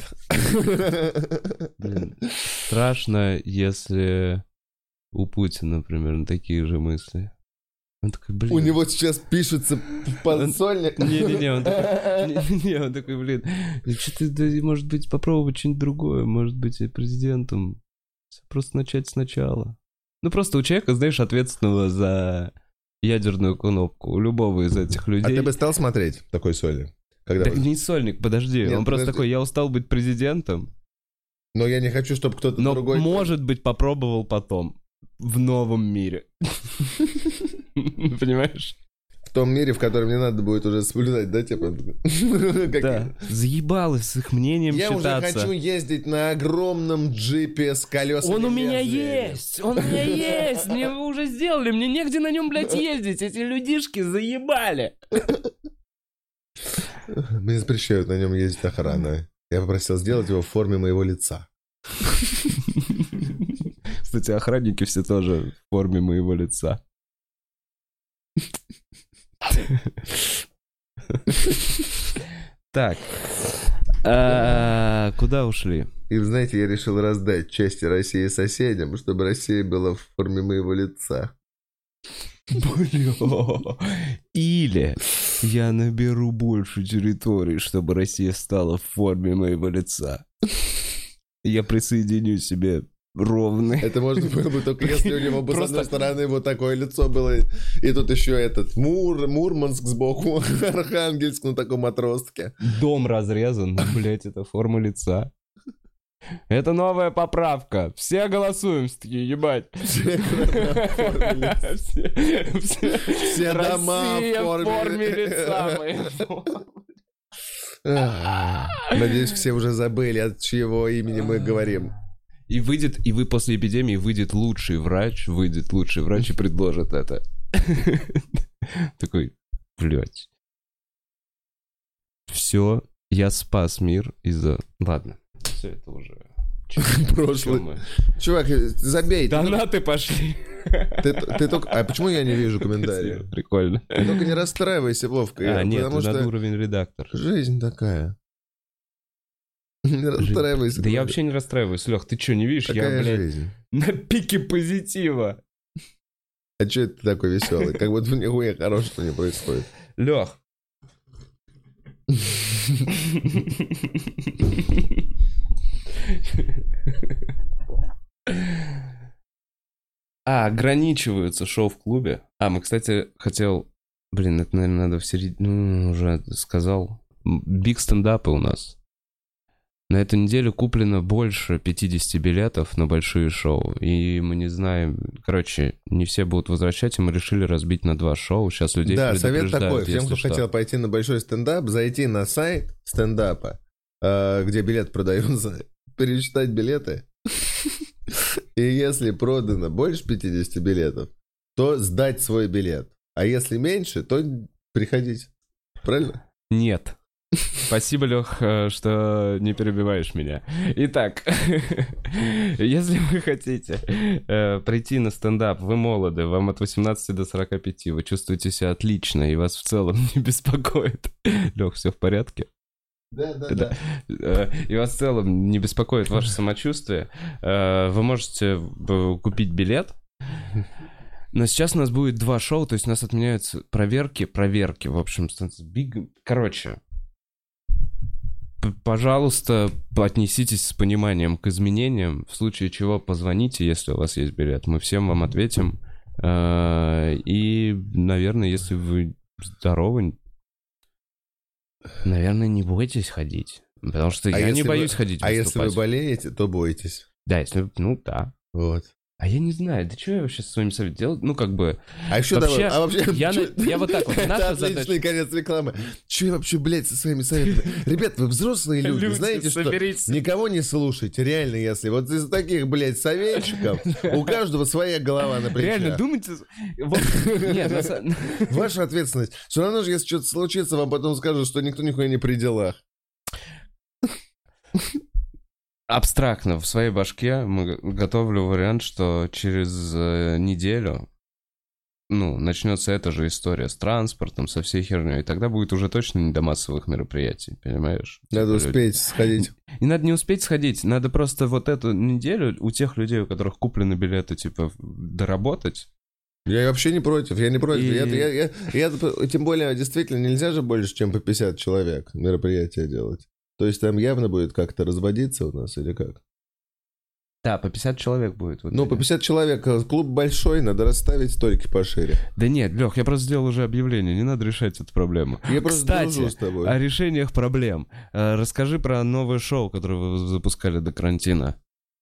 это. Блин, страшно, если у Путина примерно такие же мысли. Он такой, блин. У него сейчас пишется подсольник. Не-не-не, он такой, не, он такой, блин, что-то, да, может быть, попробовать что-нибудь другое, может быть, и президентом. Просто начать сначала. Ну, просто у человека, знаешь, ответственного за ядерную кнопку, у любого из этих людей. А ты бы стал смотреть такой сольник? Когда так вы... не сольник, подожди, Нет, он просто подожди. такой, я устал быть президентом. Но я не хочу, чтобы кто-то Но, другой... может быть, попробовал потом. В новом мире. Понимаешь? В том мире, в котором не надо будет уже соблюдать, да, типа? Да. Заебало с их мнением Я считаться. Я уже хочу ездить на огромном джипе с колесами. Он у меня есть! Он у меня есть! Мне его уже сделали, мне негде на нем, блядь, ездить. Эти людишки заебали. Мне запрещают на нем ездить охрана. Я попросил сделать его в форме моего лица. Кстати, охранники все тоже в форме моего лица. Так. Куда ушли? И, знаете, я решил раздать части России соседям, чтобы Россия была в форме моего лица. Бля. Или я наберу больше территорий, чтобы Россия стала в форме моего лица. Я присоединю себе ровный. Это можно было бы только если у него бы Просто... с одной стороны вот такое лицо было, и тут еще этот Мур, Мурманск сбоку, Архангельск на таком отростке. Дом разрезан, блять, это форма лица. Это новая поправка. Все голосуем, такие, ебать. Все дома в форме лица. Надеюсь, все уже забыли, от чьего имени мы говорим. И выйдет, и вы после эпидемии выйдет лучший врач, выйдет лучший врач и предложит это. Такой, блядь. Все Я спас мир из-за... Ладно, все это уже... Прошлый. Чувак, забей. Донаты пошли. Ты, ты только... А почему я не вижу комментариев? Прикольно. Ты только не расстраивайся, Вовка. А, нет, потому ты что над уровень редактор. жизнь такая. Не расстраивайся. Да я вообще не расстраиваюсь, Лех, ты что, не видишь? Такая Я, блядь, жизнь. на пике позитива. А что это ты такой веселый? Как будто нихуя хорошего не происходит. Лех. А, ограничиваются шоу в клубе. А, мы, кстати, хотел... Блин, это, наверное, надо в середине... Ну, уже сказал. Биг стендапы у нас. На эту неделю куплено больше пятьдесят билетов на большие шоу. И мы не знаем... Короче, не все будут возвращать, и мы решили разбить на два шоу. Сейчас людей Да, совет предупреждают, такой. Всем, кто что. хотел пойти на большой стендап, зайти на сайт стендапа, где билет продаются, пересчитать билеты. И если продано больше пятьдесят билетов, то сдать свой билет. А если меньше, то приходить. Правильно? Нет. Спасибо, Лех, что не перебиваешь меня. Итак, если вы хотите э, прийти на стендап, вы молоды, вам от восемнадцати до сорока пяти, вы чувствуете себя отлично, и вас в целом не беспокоит. Лех, все в порядке? Да, да, да. Э, и вас в целом не беспокоит ваше самочувствие, э, вы можете э, купить билет. Но сейчас у нас будет два шоу, то есть у нас отменяются проверки, проверки, в общем, big... Короче, п- пожалуйста, отнеситесь с пониманием к изменениям, в случае чего позвоните, если у вас есть билет, мы всем вам ответим. И, наверное, если вы здоровы, наверное, не бойтесь ходить, потому что А я если не боюсь вы- ходить А если вы выступать. болеете, то бойтесь. Да, если... Ну, да. Вот. А я не знаю, да что я вообще со своими советами делаю? Ну, как бы... А еще Вообще, давай, а вообще, я чё- на- я вот так вот, наша Это отличный задача- конец рекламы. Че я вообще, блядь, со своими советами? Ребят, вы взрослые люди, Люди, знаете, что соберитесь. никого не слушайте, реально, если вот из таких, блядь, советчиков, у каждого своя голова на плечах. Реально, думайте... Вот, нет, на самом- Ваша ответственность. Все равно же, если что-то случится, вам потом скажут, что никто нихуя не при делах. абстрактно в своей башке мы готовлю вариант, что через э, неделю, ну, начнется эта же история с транспортом, со всей херней, и тогда будет уже точно не до массовых мероприятий, понимаешь? Надо Типа, успеть сходить. И надо не успеть сходить, надо просто вот эту неделю у тех людей, у которых куплены билеты, типа, доработать. Я вообще не против, я не против. И- Я, я, я, я- тем более, действительно, нельзя же больше, чем по пятьдесят человек мероприятия делать. То есть там явно будет как-то разводиться у нас или как? Да, по пятьдесят человек будет. в Ну, по итоге. пятьдесят человек, клуб большой, надо расставить столики пошире. Да нет, Лех, я просто сделал уже объявление, не надо решать эту проблему. Я просто Кстати, дружу с тобой. о решениях проблем. Э, Расскажи про новое шоу, которое вы запускали до карантина.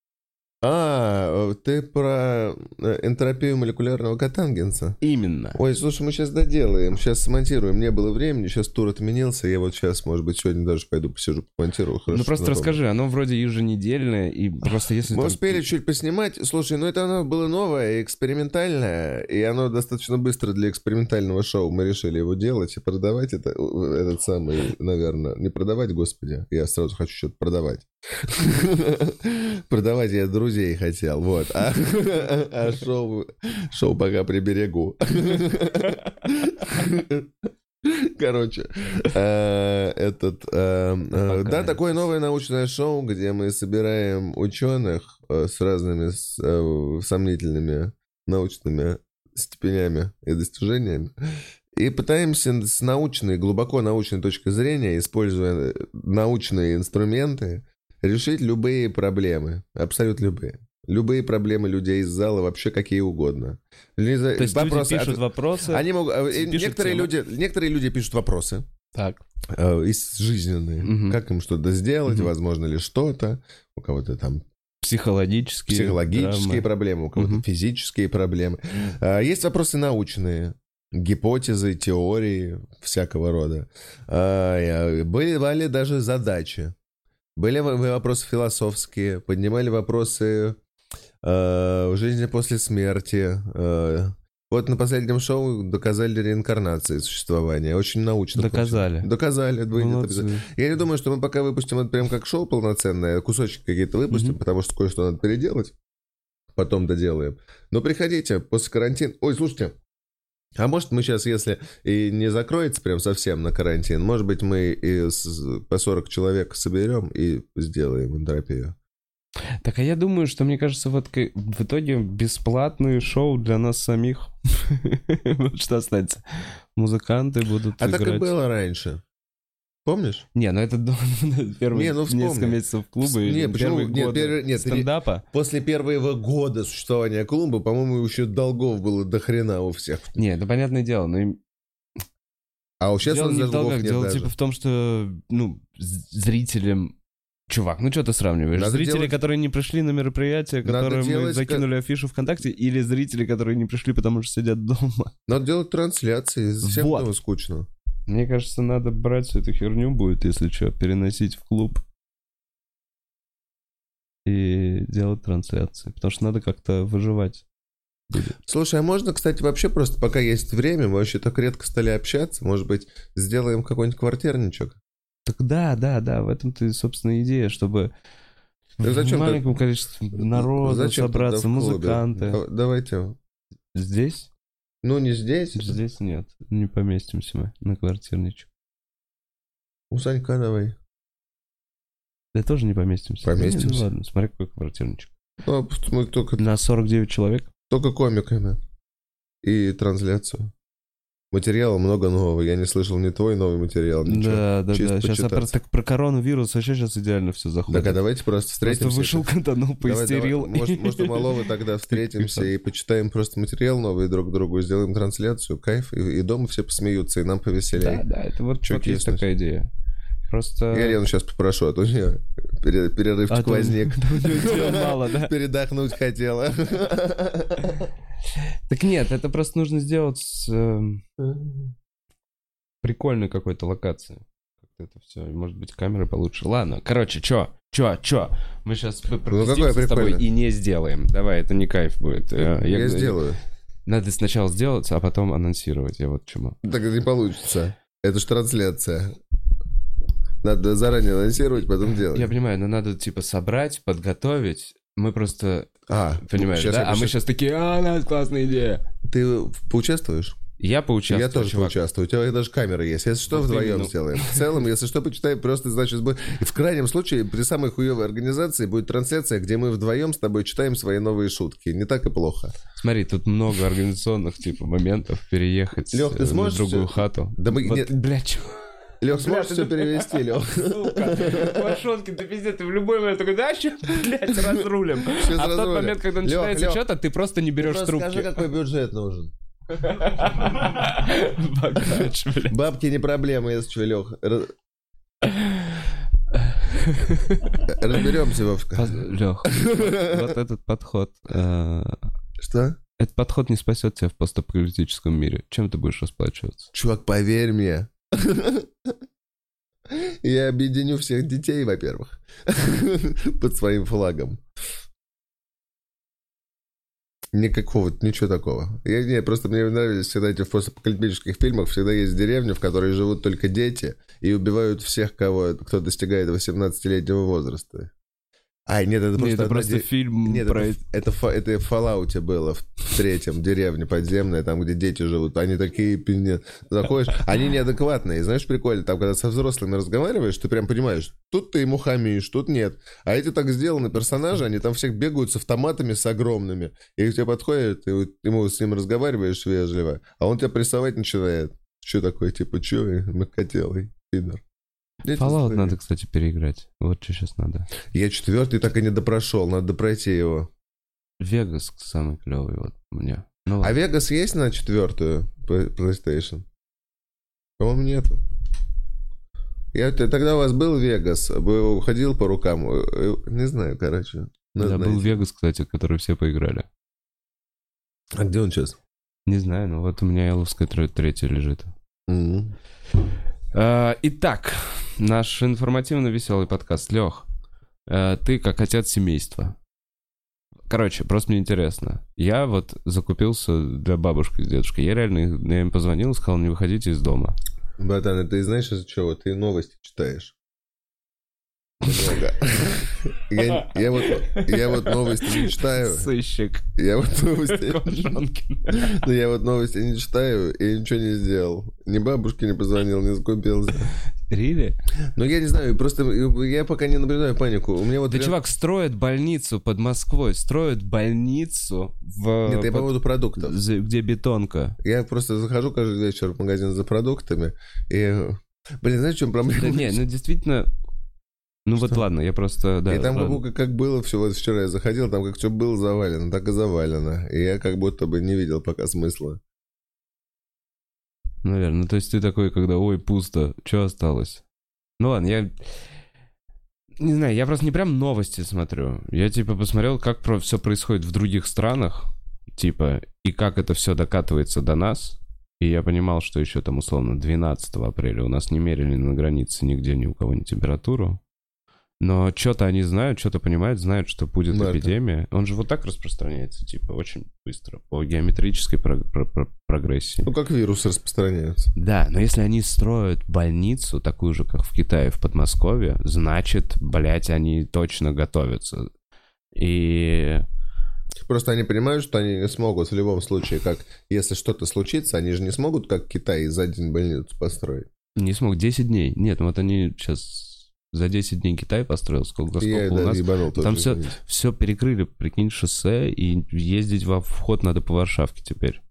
А, ты про э, энтропию молекулярного котангенса? Именно. Ой, слушай, мы сейчас доделаем, сейчас смонтируем. Не было времени, сейчас тур отменился. Я вот сейчас, может быть, сегодня даже пойду посижу, помонтирую. Хорошо, Ну просто напомнил. расскажи, оно вроде еженедельное, и просто если... Мы там- успели чуть поснимать. Слушай, ну это оно было новое, экспериментальное, и оно достаточно быстро для экспериментального шоу. Мы решили его делать и продавать это, этот самый, наверное, не продавать, господи, я сразу хочу что-то продавать. Продавать я друзей хотел, вот. А, а шоу, шоу пока приберегу. Короче, э, этот, э, э, да, такое новое научное шоу, где мы собираем ученых э, с разными с, э, сомнительными научными степенями и достижениями и пытаемся с научной, глубоко научной точки зрения, используя научные инструменты, решить любые проблемы, абсолютно любые. Любые проблемы людей из зала, вообще какие угодно. Лиза, То есть вопросы люди пишут от- вопросы. Они могут, э, пишут некоторые, темы. люди, некоторые люди пишут вопросы Так. э, из жизненные. Мгм. Как им что-то сделать, Мгм. возможно ли что-то. У кого-то там Психологические. психологические драмы. проблемы, у кого-то Мгм. физические проблемы. А, Есть вопросы научные, гипотезы, теории всякого рода. А, я- Были, были даже задачи. Были в- вопросы философские, поднимали вопросы э, жизни после смерти, э, Вот на последнем шоу доказали реинкарнации существования. Очень научно. Доказали. получилось. Доказали. Выйдет Молодцы. обязательно. Я не думаю, что мы пока выпустим это прям как шоу полноценное, кусочки какие-то выпустим, Мгм. потому что кое-что надо переделать. Потом доделаем. Но приходите после карантина. Ой, слушайте, а может мы сейчас, если и не закроется прям совсем на карантин, может быть мы и с- по сорок человек соберем и сделаем эндотерапию. Так, а я думаю, что, мне кажется, вот ка- в итоге бесплатные шоу для нас самих. Вот что останется. Музыканты будут А так и играть. было раньше. Помнишь? Не, ну это до- первые Не, ну вспомни. несколько месяцев клуба Не, или почему? первые Нет, годы первый- нет, стендапа. После первого года существования клуба, по-моему, еще долгов было до хрена у всех. Не, ну понятное дело, но им- А сейчас дело у нас не в даже долгов долгах, нет дело даже. типа в том, что, ну, з- зрителям... Чувак, ну что ты сравниваешь? Надо Зрители, делать- которые не пришли на мероприятие, Надо которые мы делать закинули афишу ВКонтакте, или зрители, которые не пришли, потому что сидят дома? Надо делать трансляции, зачем Вот. этого скучно? Мне кажется, надо брать всю эту херню будет, если что, переносить в клуб и делать трансляции. Потому что надо как-то выживать. Слушай, а можно, кстати, вообще просто, пока есть время, мы вообще так редко стали общаться, может быть, сделаем какой-нибудь квартирничек? Так да, да, да, в этом-то и, собственно, идея, чтобы Так в зачем маленьком количестве народа Зачем тогда собраться, в клубе? музыканты. Да- Давайте. Здесь? Ну, не здесь. Здесь нет, не поместимся мы на квартирничек. У Санька давай. Да тоже не поместимся. Поместимся. Ну, ну ладно, смотри, какой квартирничек. Ну, а просто мы только, На сорок девять человек. только комиками. И трансляцию. Материала много нового. Я не слышал ни твой новый материал, ничего. Да, да, чисто да. Сейчас почитаться. просто так про коронавирус вообще сейчас идеально все заходит. Так, а давайте просто встретимся. Просто вышел, катанул, Давай, поистерил. давай. Может, может, у Малого тогда встретимся и почитаем просто материал новый друг другу, сделаем трансляцию, кайф, и, и дома все посмеются, и нам повеселее. Да, да, это вот, Чё вот есть киснуть? такая идея. Просто... Я Лену сейчас попрошу, а то у нее пере- перерывчик А то- возник. у неё дел мало, да? Передохнуть хотела. Так нет, это просто нужно сделать с эм, прикольной какой-то локации. Как-то это все, может быть, камеры получше. Ладно, короче, чё? Чё? Чё? Мы сейчас какое пропустимся с тобой прикольное? и не сделаем. Давай, это не кайф будет. Э, Я говорю, сделаю. Надо сначала сделать, а потом анонсировать. Я вот к чему. Так не получится. Это ж трансляция. Надо заранее анонсировать, потом делать. Я понимаю, но надо типа собрать, подготовить. Мы просто, А, понимаешь, щас да? я А мы щас- сейчас такие, а, у нас классная идея. Ты поучаствуешь? Я поучаствую, Я тоже чувак. поучаствую. У тебя даже камера есть. Если что, Вот вдвоем именно. сделаем. В целом, если что, почитаем, просто, значит, будет... И в крайнем случае, при самой хуевой организации будет трансляция, где мы вдвоем с тобой читаем свои новые шутки. Не так и плохо. Смотри, тут много организационных типа моментов переехать Лёх, ты э, сможешь на другую всё? хату. Да мы- Вот, нет. блядь, чё? Лех, Бля, сможешь ты все это- перевести, Лех? Сука, Пашонкин, ты пиздец, ты в любой момент такой, да, что, блядь, разрулим. Щас А в тот разрулим. момент, когда Лёх, начинается Лёх, что-то, ты просто не берешь Просто трубки. скажи, какой бюджет нужен. Богач, блядь. Бабки не проблема, если что, Лех. Разберемся, Вовка. Лех, вот этот подход, э, Что? этот подход не спасет тебя в постапокалиптическом мире. Чем ты будешь расплачиваться? Чувак, поверь мне. Я объединю всех детей, во-первых, под своим флагом. Никакого, ничего такого. Я, не, просто мне нравились всегда эти в постапокалиптических фильмах, всегда есть деревня, в которой живут только дети и убивают всех, кого, кто достигает восемнадцатилетнего возраста. А, нет, это просто, Это одна просто де- фильм Нет, про... это, это, фа- это в Fallout было, в третьем, деревне подземная, там, где дети живут. Они такие, пиздец, заходишь, они неадекватные. Знаешь, прикольно, там, когда со взрослыми разговариваешь, ты прям понимаешь, тут ты ему хамишь, тут нет. А эти так сделаны персонажи, они там всех бегают с автоматами, с огромными. И к тебе подходят, и вот ему с ним разговариваешь вежливо, а он тебя прессовать начинает. Что такое, типа, чё, мягкотелый, пидор. Дети Fallout злые. надо, кстати, переиграть. Вот что сейчас надо. Я четвертый так и не допрошел, надо допройти его. Вегас самый клевый вот мне. Ну, А ладно. Вегас есть на четвертую PlayStation? По-моему, нету. Я, т- тогда у вас был Вегас, вы ходил по рукам, э, э, не знаю, короче. надо Да, был найти. Вегас, кстати, который все поиграли. А где он сейчас? Не знаю, но вот у меня Эловская тр- третья лежит. М. А, Итак, наш информативно-веселый подкаст. Лех, ты как отец семейства. Короче, просто мне интересно. Я вот закупился для бабушки с дедушкой. Я реально я им позвонил и сказал, не выходите из дома. Братан, ты знаешь из-за чего? Ты новости читаешь. Я, я, вот, я вот новости не читаю. Сыщик. Я вот новости... Ну, я вот новости не читаю и ничего не сделал. Ни бабушке не позвонил, не закупился. Really? Ну, я не знаю, просто я пока не наблюдаю панику. У меня вот Да, ряд... чувак, строят больницу под Москвой, строят больницу в... Нет, я под... по поводу продуктов. Где бетонка. Я просто захожу каждый вечер в магазин за продуктами и... Блин, знаешь, в чем проблема? Да не, ну действительно... Ну что? Вот ладно, я просто... Да, и там ладно. как, как было все, вот вчера я заходил, там как все было завалено, так и завалено. И я как будто бы не видел пока смысла. Наверное, ну то есть ты такой, когда, ой, пусто, что осталось? Ну ладно, я... Не знаю, я просто не прям новости смотрю. Я типа посмотрел, как про все происходит в других странах, типа, и как это все докатывается до нас. И я понимал, что еще там условно двенадцатого апреля у нас не мерили на границе нигде ни у кого ни температуру. Но что-то они знают, что-то понимают, знают, что будет да, эпидемия. Он же вот так распространяется, типа, очень быстро, по геометрической про- про- про- прогрессии. Ну, как вирус распространяется. Да, но если они строят больницу, такую же, как в Китае, в Подмосковье, значит, блядь, они точно готовятся. И... Просто они понимают, что они не смогут в любом случае, как если что-то случится, они же не смогут, как Китай, за день больницу построить. Не смогут, десять дней. Нет, вот они сейчас... За десять дней Китай построил, сколько, сколько я, у да, нас. Ебанул, там все, все перекрыли, прикинь, шоссе, и ездить во вход надо по Варшавке теперь.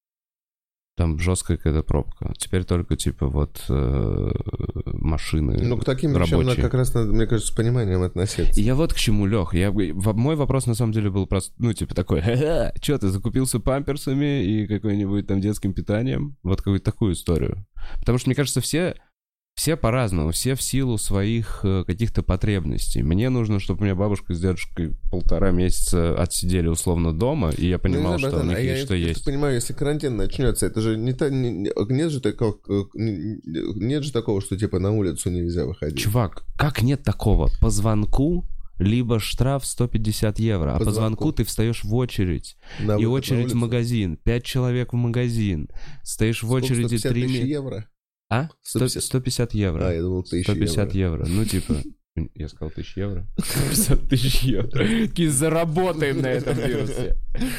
Там жесткая какая-то пробка. Теперь только, типа, вот э, машины Ну, к таким рабочие. вещам надо как раз, надо, мне кажется, с пониманием относиться. И я вот к чему, Лех. Я, мой вопрос, на самом деле, был просто, ну, типа, такой, ха-ха, что ты закупился памперсами и какой-нибудь там детским питанием? Вот какую-то такую историю. Потому что, мне кажется, все... Все по-разному, все в силу своих э, каких-то потребностей. Мне нужно, чтобы у меня бабушка с дедушкой полтора месяца отсидели условно дома, и я понимал, ну, знаю, что у них а есть, я, что я, есть. Я понимаю, если карантин начнется, это же не та, не, нет же такого, нет же такого, что типа на улицу нельзя выходить. Чувак, как нет такого? По звонку либо штраф сто пятьдесят евро, по а по звонку. звонку ты встаешь в очередь. На и очередь в магазин, пять человек в магазин, стоишь в Сколько, очереди три тысяч евро? А? сто пятьдесят евро. А, я думал, тысяча сто пятьдесят евро. евро. Ну, типа... Я сказал тысячу евро. сто пятьдесят тысяч евро. Такие, заработаем на этом вирусе.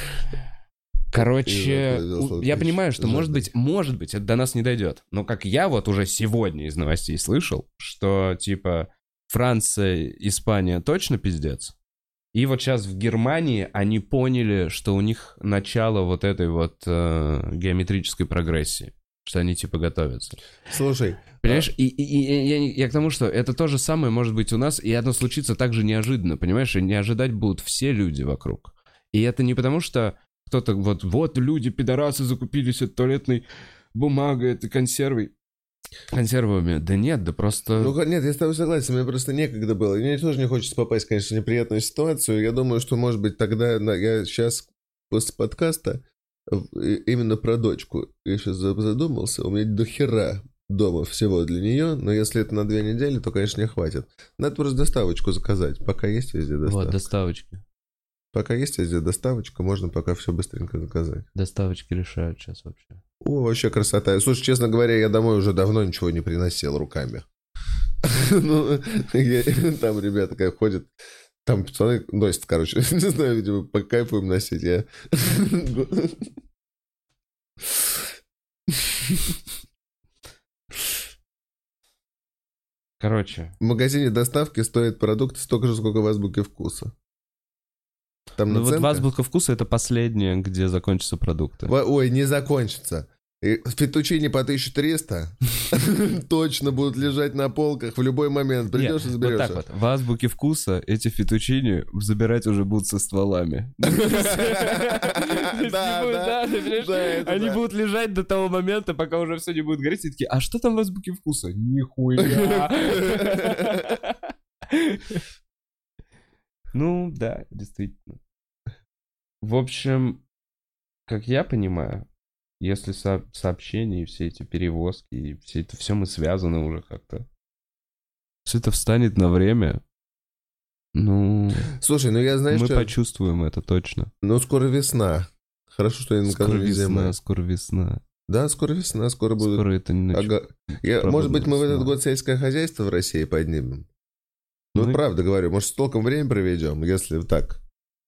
Короче, я понимаю, что, может быть, может быть, это до нас не дойдет. Но как я вот уже сегодня из новостей слышал, что, типа, Франция, Испания точно пиздец. И вот сейчас в Германии они поняли, что у них начало вот этой вот э, геометрической прогрессии. Что они типа готовятся. Слушай. Понимаешь, а... и, и, и я, я к тому, что это то же самое может быть у нас, и оно случится так же неожиданно, понимаешь? И не ожидать будут все люди вокруг. И это не потому, что кто-то вот, вот люди, пидорасы, закупились от туалетной бумагой, это консервой. Консервами. Да нет, да просто... Ну нет, я с тобой согласен, мне просто некогда было. Мне тоже не хочется попасть, конечно, в неприятную ситуацию. Я думаю, что, может быть, тогда я сейчас после подкаста именно про дочку. Я сейчас задумался. У меня до хера дома всего для нее. Но если это на две недели, то, конечно, не хватит. Надо просто доставочку заказать. Пока есть везде доставка. Вот, доставочки. Пока есть везде доставочка, можно пока все быстренько заказать. Доставочки решают сейчас вообще. О, вообще красота. Слушай, честно говоря, я домой уже давно ничего не приносил руками. Ну, там ребята как ходят. Там пацаны носят, короче, не знаю, видимо, по кайфу им носить. Я... Короче. В магазине доставки стоит продукт столько же, сколько в Азбуке Вкуса. Там ну вот в Азбуке Вкуса это последнее, где закончатся продукты. Ой, не закончится. Фетучини по тысяча триста точно будут лежать на полках в любой момент. Придешь и заберешь. Вот так вот. В Азбуке Вкуса эти фетучини забирать уже будут со стволами. Да, да. Они будут лежать до того момента, пока уже все не будет гореть. И такие, а что там в Азбуке Вкуса? Нихуя. Ну, да, действительно. В общем, как я понимаю, если со- сообщения и все эти перевозки, и все это все мы связаны уже как-то. Все это встанет на время. Ну, Слушай, ну я, знаешь, мы что... почувствуем это точно. Ну, скоро весна. Хорошо, что я Скоро накануне зимы. весна, скоро весна. Да, скоро весна, скоро будут... Скоро это не нач- Ага. Я- правда, Может быть, мы в этот весна. год сельское хозяйство в России поднимем? Ну, Ну, правда говорю, может, с толком время проведем, если так.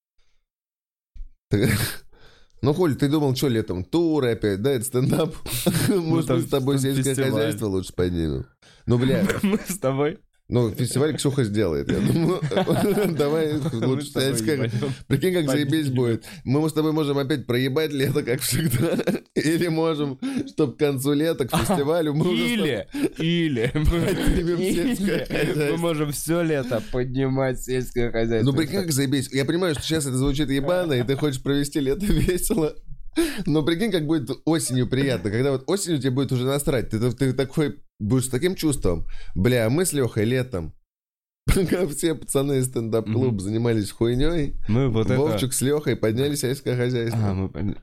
Так- Ну, Коль, ты думал, что летом? Туры опять, да, это стендап? Может, там мы с тобой там сельское фестиваль. хозяйство лучше поднимем? Ну, бля, Мы с тобой. ну, фестиваль Ксюха сделает, я думаю. Давай лучше с тобой сельское. ебанем. Прикинь, как заебись Поднимем. будет. Мы с тобой можем опять проебать лето, как всегда. Или можем, чтобы к концу лета, к фестивалю, мы уже с тобой- Или, или, Поднимем сельское или мы хозяйство. можем все лето поднимать сельское хозяйство. Ну, прикинь, как заебись. Я понимаю, что сейчас это звучит ебано, и ты хочешь провести лето весело. Но прикинь, как будет осенью приятно. Когда вот осенью тебе будет уже насрать. Ты, ты такой будешь с таким чувством. Бля, мы с Лехой летом, пока все пацаны из стендап-клуба Мгм. занимались хуйней, Мы вот Вовчик с Лехой подняли сельское это... А, хозяйство. мы поняли.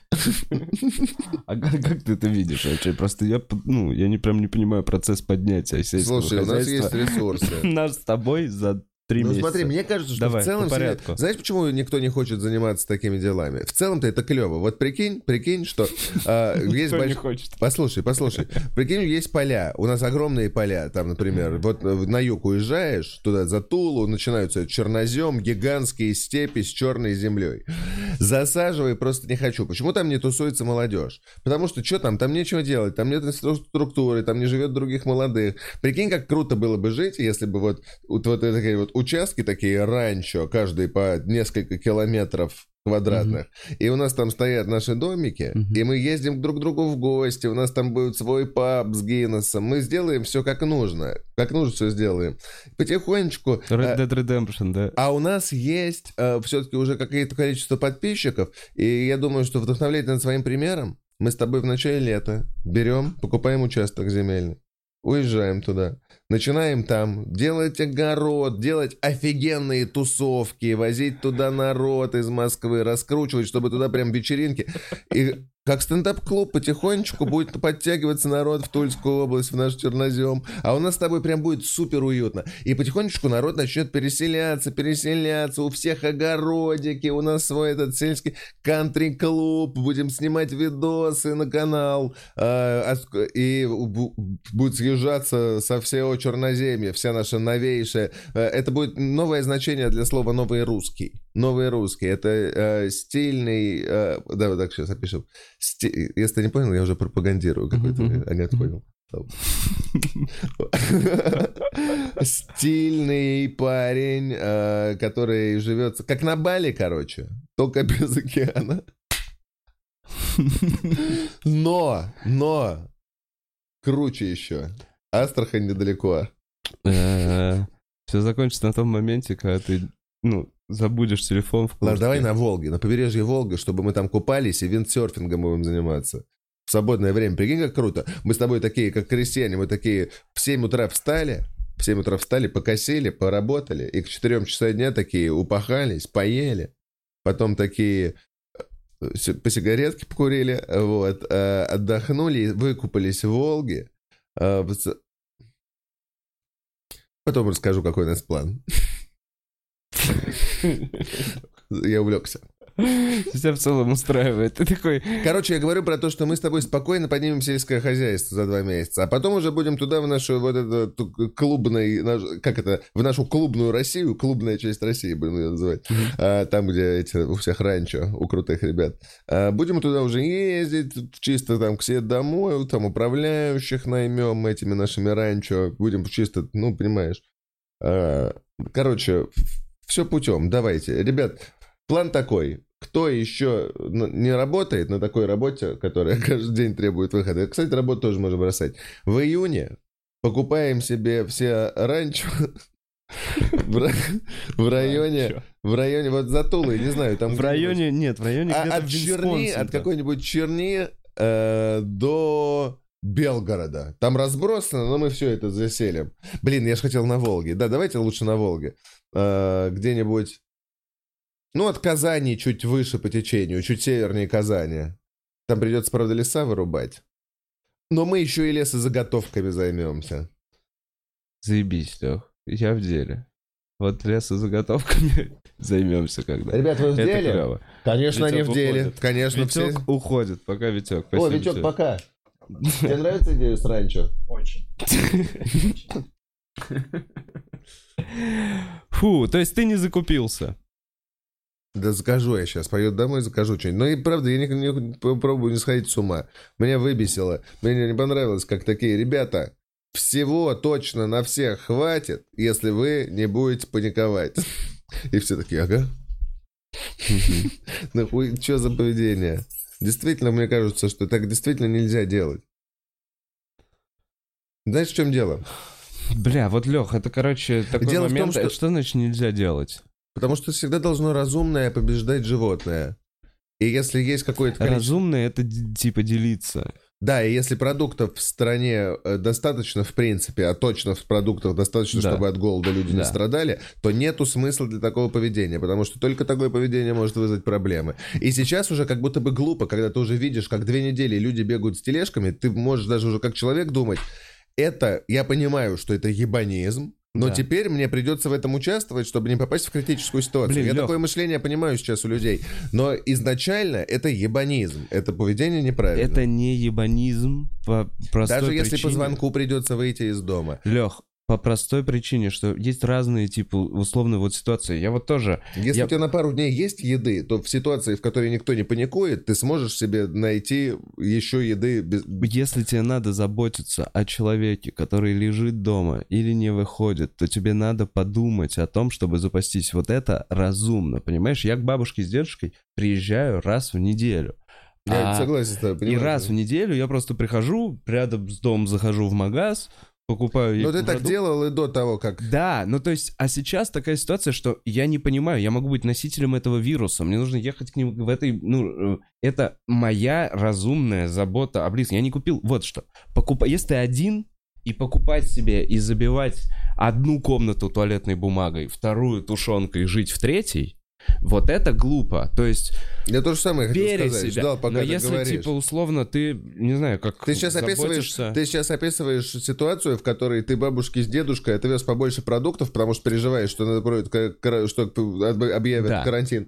А как, как ты это видишь вообще? Просто я, ну, я не прям не понимаю процесс поднятия сельского Слушай, у нас есть хозяйства. ресурсы. Нас с тобой за три Ну месяца. смотри, мне кажется, что Давай, в целом... по себе- порядку. Знаешь, почему никто не хочет заниматься такими делами? В целом-то это клево. Вот прикинь, прикинь, что а, есть Никто не больш- хочет. Послушай, послушай. Прикинь, есть поля. У нас огромные поля. Там, например, вот э, на юг уезжаешь, туда за Тулу, начинаются чернозем, гигантские степи с черной землей. Засаживай просто не хочу. Почему там не тусуется молодежь? Потому что что там? Там нечего делать. Там нет структуры, там не живет других молодых. Прикинь, как круто было бы жить, если бы вот, вот, вот такие вот участки, такие ранчо, каждый по несколько километров квадратных. И у нас там стоят наши домики, Мгм. и мы ездим друг к другу в гости, у нас там будет свой паб с Гиннесом. Мы сделаем все как нужно. Как нужно все сделаем. Потихонечку... Red а, Dead Redemption, да. а у нас есть все-таки уже какое-то количество подписчиков, и я думаю, что вдохновлять над своим примером мы с тобой в начале лета берем, покупаем участок земельный, уезжаем туда, начинаем там делать огород, делать офигенные тусовки, возить туда народ из Москвы, раскручивать, чтобы туда прям вечеринки. И как стендап-клуб потихонечку будет подтягиваться народ в Тульскую область, в наш чернозем. А у нас с тобой прям будет супер уютно. И потихонечку народ начнет переселяться, переселяться. У всех огородики, у нас свой этот сельский кантри-клуб. Будем снимать видосы на канал. а, а, И бу- будет съезжаться со всего Черноземья, вся наша новейшая. э, Это будет новое значение для слова «новый русский». Новый русский. Это э, стильный... э, да, вот так сейчас опишем. Сти- Если ты не понял, я уже пропагандирую какой-то. Мгм. Ага, ты понял. Стильный парень, э, который живет как на Бали, короче, только без океана. Но, но, круче еще. Астрахань недалеко. Все закончится на том моменте, когда ты, ну, забудешь телефон в Ладно, куртке. давай на Волге, на побережье Волги, чтобы мы там купались и виндсерфингом будем заниматься. В свободное время. Прикинь, как круто. Мы с тобой такие, как крестьяне, мы такие в семь утра встали, в семь утра встали, покосили, поработали, и к четырем часам дня такие упахались, поели. Потом такие э, си- по сигаретке покурили, вот, э, отдохнули, выкупались в Волге. Э, в- Потом расскажу, какой у нас план. Я увлекся. Тебя в целом устраивает. Ты такой... Короче, я говорю про то, что мы с тобой спокойно поднимем сельское хозяйство за два месяца, а потом уже будем туда, в нашу вот эту ту- клубный, наш- как это, в нашу клубную Россию, клубная часть России будем ее называть, а, там, где эти, у всех ранчо, у крутых ребят. А, будем туда уже ездить, чисто там к себе домой, там управляющих наймем этими нашими ранчо, будем чисто, ну, понимаешь. А, короче, все путем, давайте. Ребят, план такой. Кто еще не работает на такой работе, которая каждый день требует выхода? Кстати, работу тоже можно бросать. В июне покупаем себе все ранчо в ра- в районе, в районе, вот за Тулой, не знаю, там В где-нибудь. районе... Нет, в районе А где-то от в Черни, Висконсин. от какой-нибудь Черни э, до Белгорода. Там разбросано, но мы все это заселим. Блин, я же хотел на Волге. Да, давайте лучше на Волге. Э, где-нибудь... Ну, от Казани чуть выше по течению, чуть севернее Казани. Там придется, правда, леса вырубать. Но мы еще и лесозаготовками займемся. Заебись, Лех. Я в деле. Вот лесозаготовками займемся когда. Ребят, вы в Это деле? клево. Конечно, Витек они в деле. уходит. Конечно, Витек все... уходит. Пока, Витек. О, Спасибо Витек, тебе. пока. Тебе нравится идея с ранчо? Очень. Фу, то есть ты не закупился. Да закажу я сейчас, пойду домой, закажу что-нибудь. Но и правда, я не, не попробую не сходить с ума. Меня выбесило, мне не понравилось, как такие ребята. Всего точно на всех хватит, если вы не будете паниковать. И все такие, ага. Нахуй, что за поведение? Действительно, мне кажется, что так действительно нельзя делать. Знаешь, в чем дело? Бля, вот, Лех, это, короче, такой Дело в том, момент. что- Это что значит нельзя делать? Потому что всегда должно разумное побеждать животное. И если есть какое-то количество... Разумно это д- типа делиться. Да, и если продуктов в стране э, достаточно, в принципе, а точно в продуктах достаточно, Да. чтобы от голода люди Да. не страдали, то нету смысла для такого поведения, потому что только такое поведение может вызвать проблемы. И сейчас уже как будто бы глупо, когда ты уже видишь, как две недели люди бегают с тележками, ты можешь даже уже как человек думать, это, я понимаю, что это ебанизм, но Да. теперь мне придется в этом участвовать, чтобы не попасть в критическую ситуацию. Блин, я Лёх. такое мышление понимаю сейчас у людей, но изначально это ебанизм, это поведение неправильно. Это не ебанизм по простой Даже если причине. по звонку придется выйти из дома. Лех, по простой причине, что есть разные типа условно вот ситуации. Я вот тоже... Если Я- у тебя на пару дней есть еды, то в ситуации, в которой никто не паникует, ты сможешь себе найти еще еды. Без... Если тебе надо заботиться о человеке, который лежит дома или не выходит, то тебе надо подумать о том, чтобы запастись. Вот это разумно, понимаешь? Я к бабушке с дедушкой приезжаю раз в неделю. Я А- согласен с тобой. И понимаю. раз в неделю я просто прихожу, рядом с домом захожу в магаз, покупаю... Но ты так продукты. делал и до того, как... Да, ну то есть, а сейчас такая ситуация, что я не понимаю, я могу быть носителем этого вируса, мне нужно ехать к ним в этой, ну, э, это моя разумная забота о близких. Я не купил, вот что, покуп... если ты один, и покупать себе и забивать одну комнату туалетной бумагой, вторую тушенкой, жить в третьей, вот это глупо, то есть Я то же самое хотел бери сказать. себя, Ждал, пока но ты если, говоришь. типа, условно, ты, не знаю, как Ты сейчас, описываешь, заботишься... ты сейчас описываешь ситуацию, в которой ты бабушке с дедушкой отвез побольше продуктов, потому что переживаешь, что надо про- к- к- что объявят Да. карантин.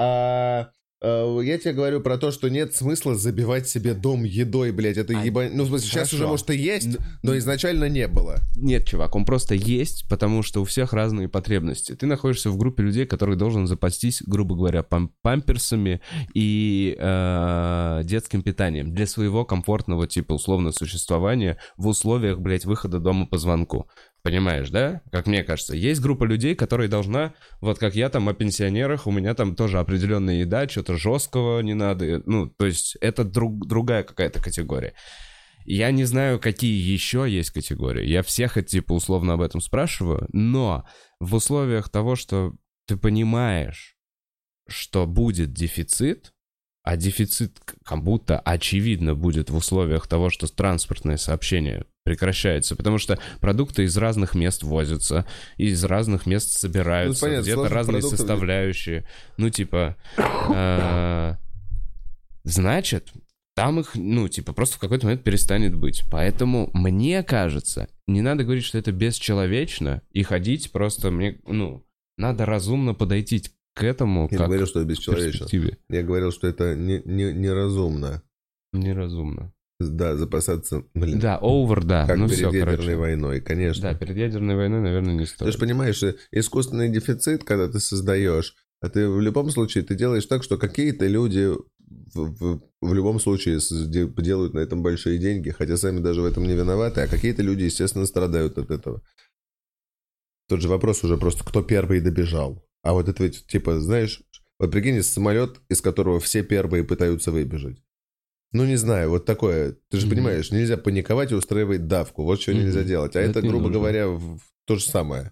А э, я тебе говорю про то, что нет смысла забивать себе дом едой, блядь. Это А, ебань... Ну, в смысле, сейчас хорошо. уже, может, и есть, Н- но изначально не было. Нет, чувак, он просто есть, потому что у всех разные потребности. Ты находишься в группе людей, которые должен запастись, грубо говоря, пам- памперсами и э, детским питанием для своего комфортного типа условно существования в условиях, блядь, выхода дома по звонку. Понимаешь, да? Как мне кажется. Есть группа людей, которая должна, вот как я там о пенсионерах, у меня там тоже определенная еда, что-то жесткого не надо. Ну, то есть это друг, другая какая-то категория. Я не знаю, какие еще есть категории. Я всех, типа, условно об этом спрашиваю. Но в условиях того, что ты понимаешь, что будет дефицит, а дефицит к- как будто очевидно будет в условиях того, что транспортное сообщение прекращается, потому что продукты из разных мест возятся, из разных мест собираются, Ну, понятно, где-то сложных разные продуктов- составляющие. Ну, типа... э, Значит, там их, ну, типа, просто в какой-то момент перестанет быть. Поэтому, мне кажется, не надо говорить, что это бесчеловечно, и ходить просто, мне, ну, надо разумно подойти к этому, Я не как говорил, что это к бесчеловечно. перспективе. Я говорил, что это не, не- неразумно. Неразумно. Да, запасаться, блин, Да, овер, да, как ну перед все, ядерной короче. войной, конечно. Да, перед ядерной войной, наверное, не Ты стоит. же понимаешь, что искусственный дефицит, когда ты создаешь, а ты в любом случае ты делаешь так, что какие-то люди в, в- в любом случае с- де- делают на этом большие деньги, хотя сами даже в этом не виноваты, а какие-то люди, естественно, страдают от этого. Тот же вопрос уже просто, кто первый добежал. А вот это ведь, типа, знаешь, вот прикинь, самолет, из которого все первые пытаются выбежать. Ну, не знаю, вот такое. Ты же Мгм. понимаешь, нельзя паниковать и устраивать давку. Вот что Мгм. нельзя делать. А Это это, не грубо нужно. говоря, в- то же самое.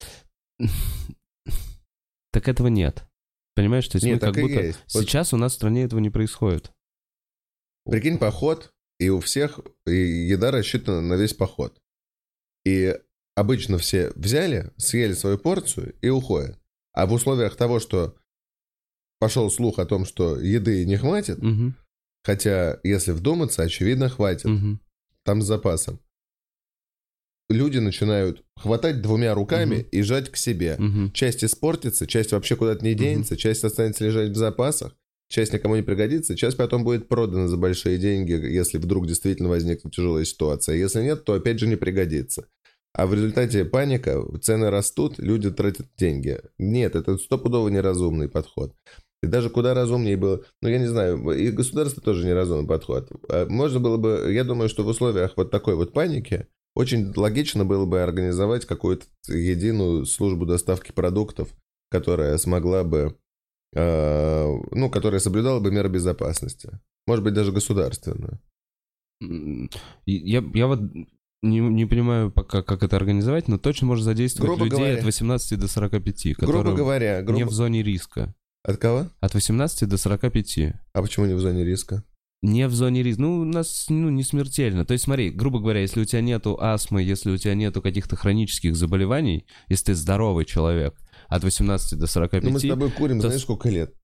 Так этого нет. Понимаешь, то есть Нет, мы как так и будто... есть. Вот Сейчас у нас в стране этого не происходит. прикинь, поход, и у всех и еда рассчитана на весь поход. И обычно все взяли, съели свою порцию и уходят. А в условиях того, что пошел слух о том, что еды не хватит, Мгм, хотя, если вдуматься, очевидно, хватит. мгм. Там с запасом. люди начинают хватать двумя руками Мгм. и жать к себе. Мгм. Часть испортится, часть вообще куда-то не денется, часть останется лежать в запасах, часть никому не пригодится, часть потом будет продана за большие деньги, если вдруг действительно возникнет тяжелая ситуация. Если нет, то опять же не пригодится. А в результате паника, цены растут, люди тратят деньги. Нет, это стопудово неразумный подход. И даже куда разумнее было, ну я не знаю, и государство тоже неразумный подход. А Можно было бы, я думаю, что в условиях вот такой вот паники очень логично было бы организовать какую-то единую службу доставки продуктов, которая смогла бы, э, ну, которая соблюдала бы меры безопасности. Может быть, даже государственную. М, и Я, я вот не, не понимаю пока, как это организовать, но точно можно задействовать Грубо людей говоря. от восемнадцати до сорока пяти, Грубо которые говоря, грубо... не в зоне риска. От кого? От восемнадцати до сорока пяти. А почему не в зоне риска? Не в зоне риска. Ну, у нас ну, не смертельно. То есть, смотри, грубо говоря, если у тебя нету астмы, если у тебя нету каких-то хронических заболеваний, если ты здоровый человек, от восемнадцати до сорока пяти... Ну, мы с тобой курим, то знаешь, с- сколько лет?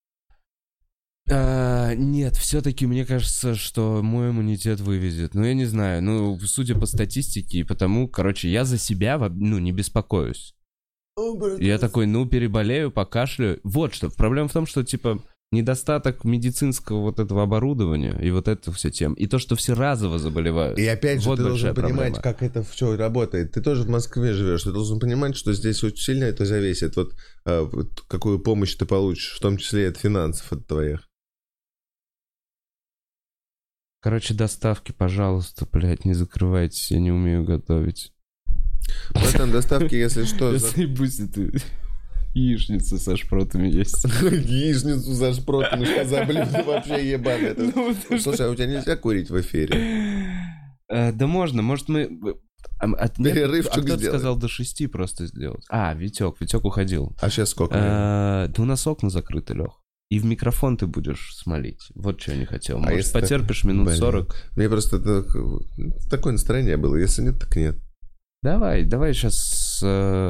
А, нет, все-таки мне кажется, что мой иммунитет вывезет. Ну, я не знаю. Ну, судя по статистике и потому, короче, я за себя, во- ну, не беспокоюсь. Я такой, ну, переболею, покашляю. Вот что. Проблема в том, что, типа, недостаток медицинского вот этого оборудования и вот это все тем. И то, что все разово заболевают. И опять же, Вот ты должен большая понимать, проблема. как это все работает. Ты тоже в Москве живешь, ты должен понимать, что здесь очень сильно это зависит. Вот, а, вот какую помощь ты получишь, в том числе и от финансов от твоих. Короче, доставки, пожалуйста, блядь, не закрывайтесь, я не умею готовить. Братан, доставки, если что... Я за- заебусь, это яичница со шпротами есть. Яичницу за шпротом, что за блюдо вообще ебаное. Это- Ну, потому что- Слушай, а у тебя нельзя курить в эфире? Э, Да можно, может мы... А, а- нет, Перерывчик а кто-то сделай. сказал до шести просто сделать. А, Витек, Витек уходил. А сейчас сколько? Э, Да у нас окна закрыты, Лех. И в микрофон ты будешь смолить. Вот что я не хотел. А Может, если так- потерпишь минут Блин. сорок? Мне просто это- такое настроение было. Если нет, так нет. Давай, давай сейчас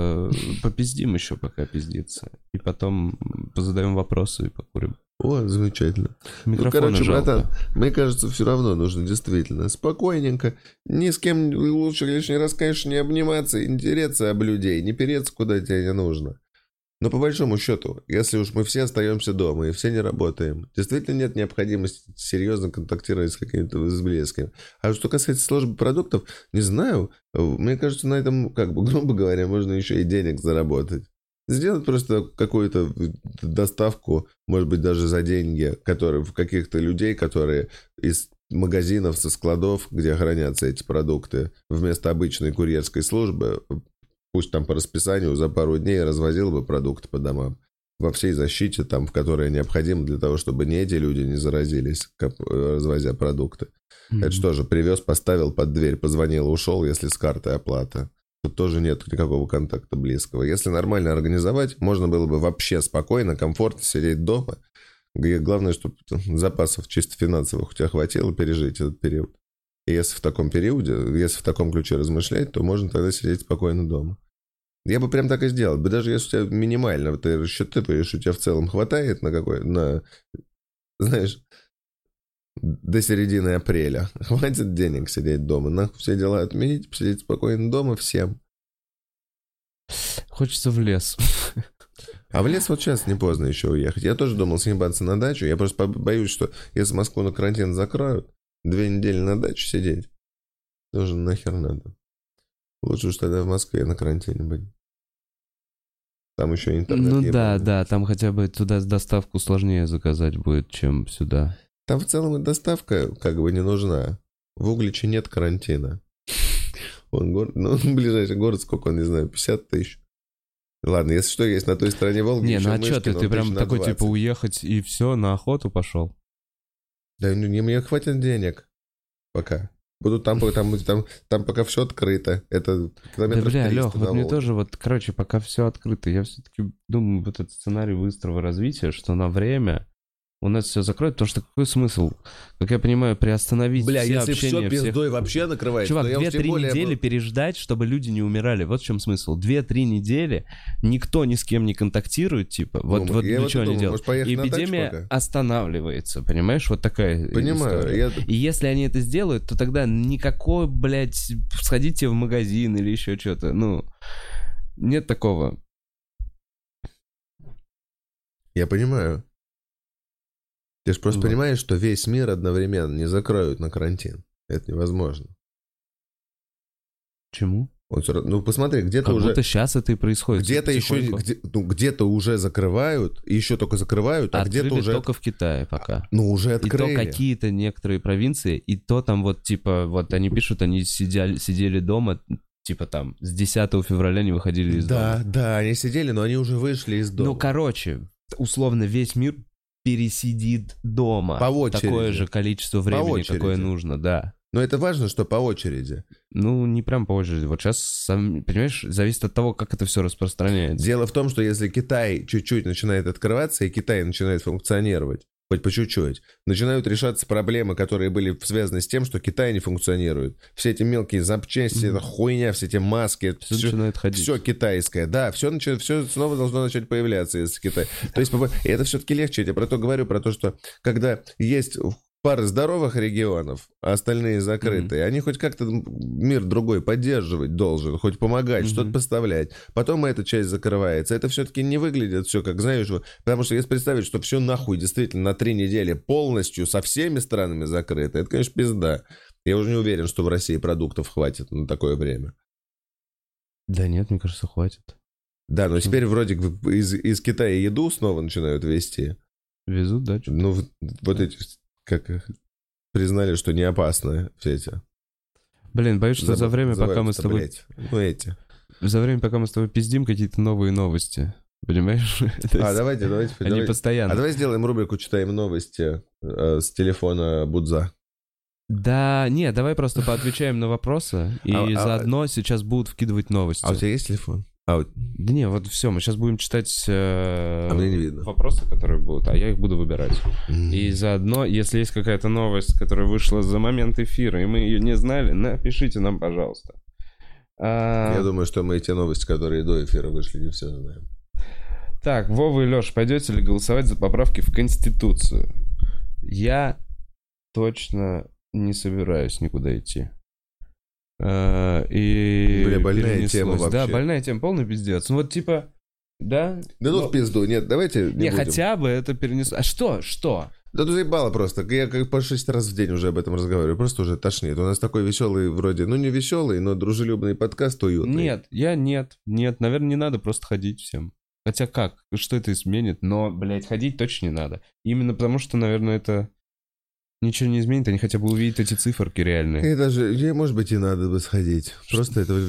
попиздим еще, пока пиздится. И потом позадаем вопросы и покурим. О, замечательно. Ну, Микрофон короче, жалко. братан, мне кажется, все равно нужно действительно спокойненько, ни с кем лучше лишний раз, конечно, не обниматься, и не тереться об людей, не переться, куда тебе не нужно. Но по большому счету, если уж мы все остаемся дома и все не работаем, действительно нет необходимости серьезно контактировать с какими-то с близкими. А что касается службы продуктов, не знаю, мне кажется, на этом, как бы, грубо говоря, можно еще и денег заработать. Сделать просто какую-то доставку, может быть, даже за деньги, которые в каких-то людей, которые из магазинов, со складов, где хранятся эти продукты, вместо обычной курьерской службы, пусть там по расписанию за пару дней развозил бы продукты по домам. Во всей защите, там, в которой необходимо для того, чтобы не эти люди не заразились, как, развозя продукты. Мгм. Это что же, привез, поставил под дверь, позвонил, ушел, если с картой оплата. Тут тоже нет никакого контакта близкого. Если нормально организовать, можно было бы вообще спокойно, комфортно сидеть дома. Где главное, чтобы запасов чисто финансовых у тебя хватило пережить этот период. И если в таком периоде, если в таком ключе размышлять, то можно тогда сидеть спокойно дома. Я бы прям так и сделал. Даже если у тебя минимально, ты рассчитываешь, у тебя в целом хватает на какой, на, знаешь, до середины апреля. Хватит денег сидеть дома. Нахуй все дела отменить, посидеть спокойно дома всем. Хочется в лес. А в лес вот сейчас не поздно еще уехать. Я тоже думал съебаться на дачу. Я просто боюсь, что если Москву на карантин закроют, две недели на даче сидеть, тоже нахер надо. Лучше уж тогда в Москве на карантине быть. Там еще интернет Ну ебаный. да, да, там хотя бы туда доставку сложнее заказать будет, чем сюда. Там в целом и доставка как бы не нужна. В Угличе нет карантина. Он город, ну, ближайший город, сколько он, не знаю, пятьдесят тысяч. Ладно, если что, есть на той стороне Волги. Не, еще ну а что ты, Мышкин, ты он прям тысяч на такой двадцать. типа уехать и все, на охоту пошел? Да ну, не, мне хватит денег пока. Буду там, там, там, там пока все открыто. Это Да километров бля, триста Лех, до вот мне Волги. тоже вот, короче, пока все открыто, я все-таки думаю, вот этот сценарий быстрого развития, что на время у нас все закроют, потому что какой смысл? Как я понимаю, приостановить Бля, все если общения все пиздой всех... вообще накрывает, Чувак, то я уж тем две-три более... недели переждать, чтобы люди не умирали. Вот в чем смысл. Две-три недели никто ни с кем не контактирует, типа. Вот, Думаю, вот я для вот чего и они думаю, делают. может, поехать на дачу Эпидемия пока? останавливается, понимаешь? Вот такая Понимаю, история. я... И если они это сделают, то тогда никакой, блядь, сходите в магазин или еще что-то. Ну, нет такого. Я понимаю. Ты же просто Вот. понимаешь, что весь мир одновременно не закроют на карантин. Это невозможно. Почему? Он всё равно- Ну, посмотри, где-то Как уже... будто сейчас это и происходит. Где-то еще... потихоньку. Где, ну, где-то уже закрывают, и еще только закрывают, а Открыли где-то уже... только в Китае пока. Ну, уже И открыли. то какие-то некоторые провинции, и то там вот типа, вот они пишут, они сидели, сидели дома, типа там с десятого февраля не выходили из Да, дома. да, они сидели, но они уже вышли из дома. Ну, короче, условно весь мир пересидит дома. По очереди. Такое же количество времени, очереди. какое нужно, да. Но это важно, что по очереди. Ну, не прям по очереди. Вот сейчас, сам, понимаешь, зависит от того, как это все распространяется. Дело в том, что если Китай чуть-чуть начинает открываться, и Китай начинает функционировать, хоть по чуть-чуть, начинают решаться проблемы, которые были связаны с тем, что Китай не функционирует. Все эти мелкие запчасти, Мгм. эта хуйня, все эти маски, Все все, начинает ходить. все китайское. Да, все, начи- все снова должно начать появляться из Китая. То есть попо- и это все-таки легче. Я про то говорю, про то, что когда есть пара здоровых регионов, а остальные закрытые, они хоть как-то мир другой поддерживать должен, хоть помогать, Мгм. что-то поставлять. Потом эта часть закрывается. Это все-таки не выглядит все, как, знаешь, вот, потому что если представить, что все нахуй действительно на три недели полностью со всеми странами закрыто, это, конечно, пизда. Я уже не уверен, что в России продуктов хватит на такое время. Да нет, мне кажется, хватит. Да, но теперь вроде как из, из Китая еду снова начинают везти. Везут, да? чё? Ну, вот, вот эти, как их, признали, что не опасно все эти. Блин, боюсь, что Заб- за время, пока мы с забываются, тобой... блядь. Ну, эти. За время, пока мы с тобой пиздим, какие-то новые новости. Понимаешь? То А, есть давайте, давайте. Они давайте. постоянно. А давай сделаем рубрику «Читаем новости» э, с телефона Будза. Да, не, давай просто поотвечаем на вопросы, и А- а- заодно сейчас будут вкидывать новости. А у тебя есть телефон? А, вот- Да не, вот все, мы сейчас будем читать э, А мне не видно. вопросы, которые будут, а я их буду выбирать. И заодно, если есть какая-то новость, которая вышла за момент эфира, и мы ее не знали, напишите нам, пожалуйста. А, Я думаю, что мы эти новости, которые до эфира вышли, не все знаем. Так, Вова и Леш, пойдете ли голосовать за поправки в Конституцию? Я точно не собираюсь никуда идти. А, и Бля, больная перенеслось. тема вообще. Да, больная тема, полный пиздец. Ну вот типа, да? Да ну Но- в пизду, нет, давайте не, Не, будем. хотя бы это перенесло. А что? Что? Да ты заебало просто. Я как по шесть раз в день уже об этом разговариваю. Просто уже тошнит. У нас такой веселый вроде, ну не веселый, но дружелюбный подкаст уютный. Нет, я нет. Нет, наверное, не надо просто ходить всем. Хотя как? Что это изменит? Но, блядь, ходить точно не надо. Именно потому, что, наверное, это ничего не изменит. Они хотя бы увидят эти циферки реальные. И даже, ей, может быть, и надо бы сходить. Просто это...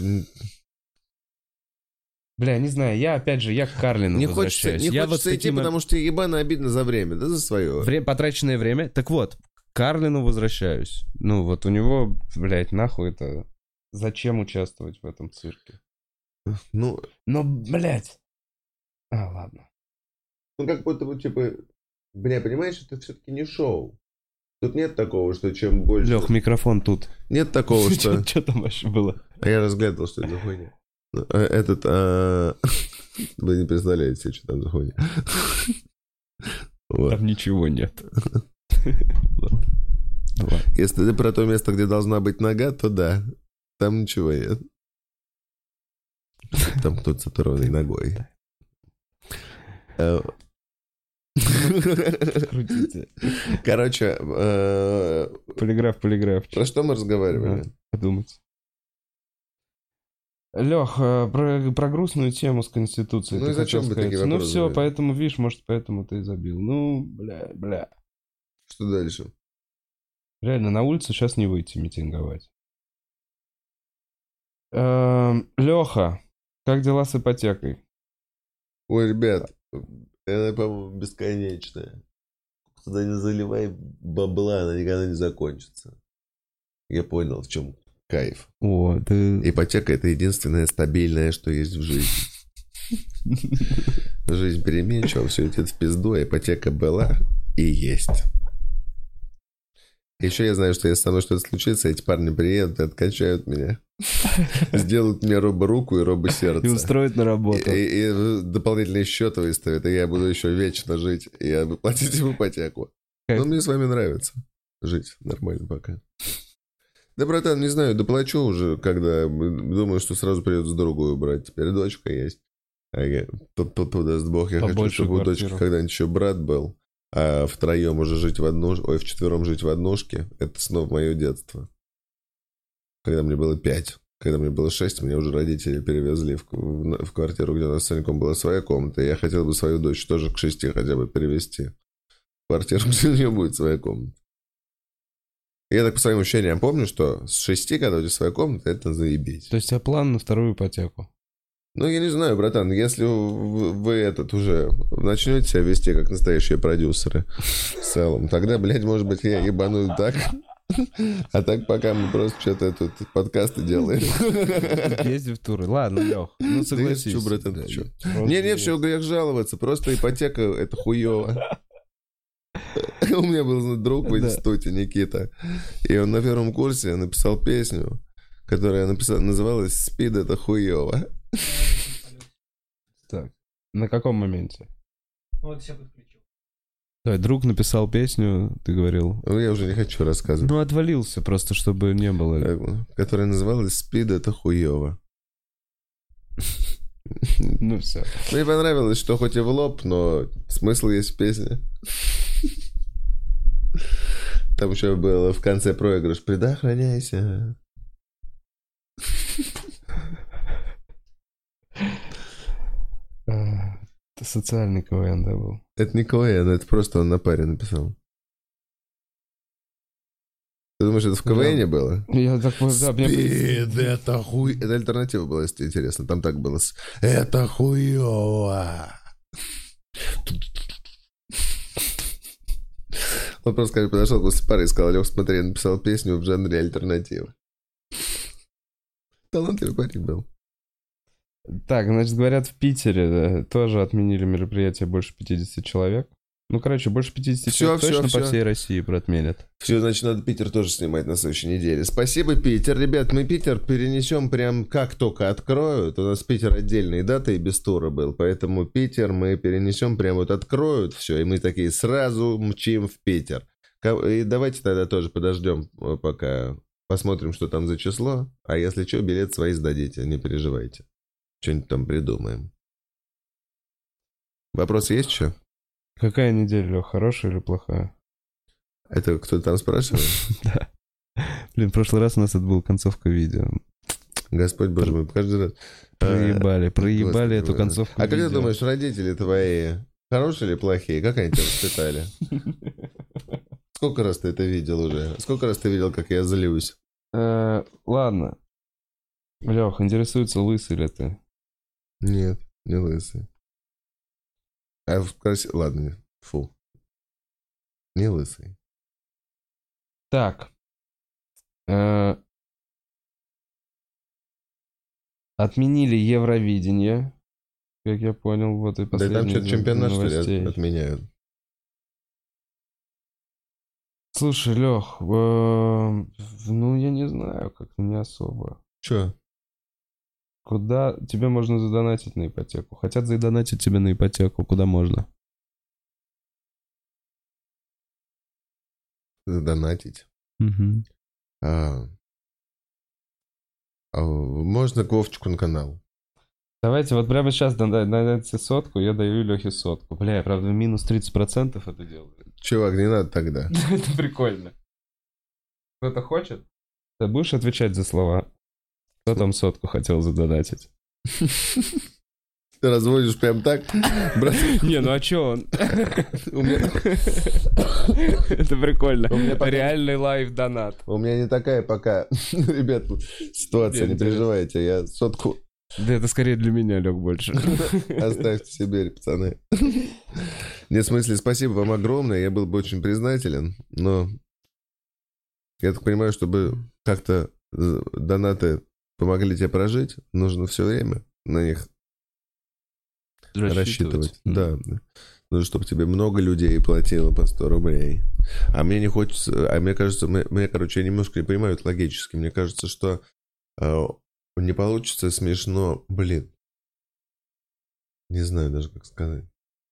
Бля, не знаю, я опять же, я к Карлину Не хочется, возвращаюсь. не я хочется вот идти, таким- потому что тебе ебано обидно за время. Да за свое. Время, потраченное время. Так вот, к Карлину возвращаюсь. Ну, вот у него, блядь, нахуй это... Зачем участвовать в этом цирке? Ну, Но, блядь... А, ладно. ну как будто бы, типа... Бля, понимаешь, это все-таки не шоу. Тут нет такого, что чем больше... Лех, микрофон тут. Нет такого, что... Что там вообще было? А я разглядывал, что это за хуйня. Ну, э, Этот... а, Вы не представляете себе, что там за хуйня. Вот. Там ничего нет. Ладно. Ладно. Если ты про то место, где должна быть нога, то да. Там ничего нет. Там кто-то с оторванной ногой. Э, Крутите. Короче, э, Полиграф, полиграф. про что мы разговаривали? Да, подумать. Лех, э, про, про грустную тему с Конституцией. Ну ты и зачем хотел вы такие сказать. Ну вопросы все, задаете? поэтому, видишь, может, поэтому ты и забил. Ну, бля, бля. Что дальше? Реально, на улицу сейчас не выйти митинговать. Эм, Леха, как дела с ипотекой? Ой, ребят, она, по-моему, бесконечная. Туда не заливай бабла, она никогда не закончится. Я понял, в чем кайф. О, ты... Ипотека — это единственное стабильное, что есть в жизни. Жизнь переменчива, все идет в пизду, а ипотека была. и есть. Еще я знаю, что если со мной что-то случится, эти парни приедут и откачают меня. Сделают мне робо-руку и робо-сердце. И устроят на работу. И, и, и дополнительные счета выставят, и я буду еще вечно жить. И я буду платить им ипотеку. Как? Но мне с вами нравится жить нормально пока. Да, братан, не знаю, доплачу уже, когда думаю, что сразу придется другую брать. Теперь дочка есть. А я, тут-тут даст Бог, я Побольше хочу, чтобы у дочки квартиру. когда-нибудь еще брат был. А втроем уже жить в одну... Ой, вчетвером жить в однушке. Это снова мое детство. Когда мне было пять. Когда мне было шесть, меня уже родители перевезли в, в, в квартиру, где у нас с Саньком была своя комната. И я хотел бы свою дочь тоже к шести хотя бы перевезти. В квартиру, где у нее будет своя комната. Я так по своим ощущениям помню, что с шести, когда у тебя своя комната, это заебись. То есть у тебя план на вторую ипотеку? Ну, я не знаю, братан, если вы, вы этот уже начнете себя вести как настоящие продюсеры в целом, тогда, блядь, может быть, я ебану так. А так пока мы просто что-то тут подкасты делаем. Езди в туры. Ладно, Лех, ну согласись. Чё, братан, ты чё? Не-не, все, грех жаловаться, просто ипотека — это хуёво. У меня был друг в институте, Никита, и он на первом курсе написал песню, которая написала, называлась «Спид — это хуёво». Так, на каком моменте? Вот все подключил. Да, друг написал песню, ты говорил. Ну, я уже не хочу рассказывать. Ну, отвалился просто, чтобы не было. Которая называлась «Спид — это хуёво». Ну, все. Мне понравилось, что хоть и в лоб, но смысл есть в песне. Там еще было в конце проигрыш «Предохраняйся». Это социальный КВН, да, был? Это не КВН, это просто он на паре написал. Ты думаешь, это в КВНе было? Я так... Да, мне... Спид, это хуй... Это альтернатива была, если интересно. Там так было. Это хуёво. Он просто, когда подошел после пары и сказал: Лёх, смотри, я написал песню в жанре альтернативы. Талантливый парень был. Так, значит, говорят, в Питере да, тоже отменили мероприятие больше пятидесяти человек. Ну, короче, больше пятидесяти Всё, человек всё, точно всё. по всей России отменят. Все, значит, надо Питер тоже снимать на следующей неделе. Спасибо, Питер. Ребят, мы Питер перенесем прям как только откроют. У нас Питер отдельные даты и без тура был. Поэтому Питер мы перенесем прям вот откроют все. И мы такие сразу мчим в Питер. И давайте тогда тоже подождем, пока посмотрим, что там за число. А если что, билет свои сдадите, не переживайте. Что-нибудь там придумаем. Вопрос есть еще? Какая неделя, Лёх, хорошая или плохая? Это кто-то там спрашивает? Да. Блин, в прошлый раз у нас это была концовка видео. Господь боже мой, каждый раз... Проебали, А, проебали Господи, эту боже. концовку А как видео. ты думаешь, родители твои хорошие или плохие? Как они тебя воспитали? Сколько раз ты это видел уже? Сколько раз ты видел, как я злюсь? Э, Ладно. Лёх, интересуется, лысый ли ты? Нет, не лысый. А в красе... Ладно, не- фу. Не лысый. Так. Э, Отменили Евровидение, как я понял, вот и Да последний там что-то из чемпионат, что новостей. ли, отменяют. Слушай, Лех, ну я не знаю, как-то не особо. Че? Куда тебе можно задонатить на ипотеку? Хотят задонатить тебе на ипотеку, куда можно? Задонатить. Угу. А... А можно к Вовчику на канал? Давайте вот прямо сейчас донатите сотку, я даю Лехе сотку. Бля, я, правда, минус тридцать процентов это делаю. Чувак, не надо тогда. Это прикольно. Кто-то хочет? Ты будешь отвечать за слова? Кто там сотку хотел задонатить? Ты разводишь прям так? Брат, Не, ну а чё он? у меня, Это прикольно. У меня потом- Реальный лайв-донат. у меня не такая пока, ребят, ситуация, не Нет, переживайте. Я сотку Да это скорее для меня, Лёг, больше. оставьте себе, пацаны. Нет, в смысле, спасибо вам огромное. Я был бы очень признателен, но я так понимаю, чтобы как-то э, донаты помогли тебе прожить, нужно все время на них рассчитывать. Да. Нужно, чтобы тебе много людей платило по сто рублей. А мне не хочется... А мне кажется... Мне, мне короче, я немножко не понимаю это логически. Мне кажется, что э, не получится смешно... Блин. Не знаю даже, как сказать.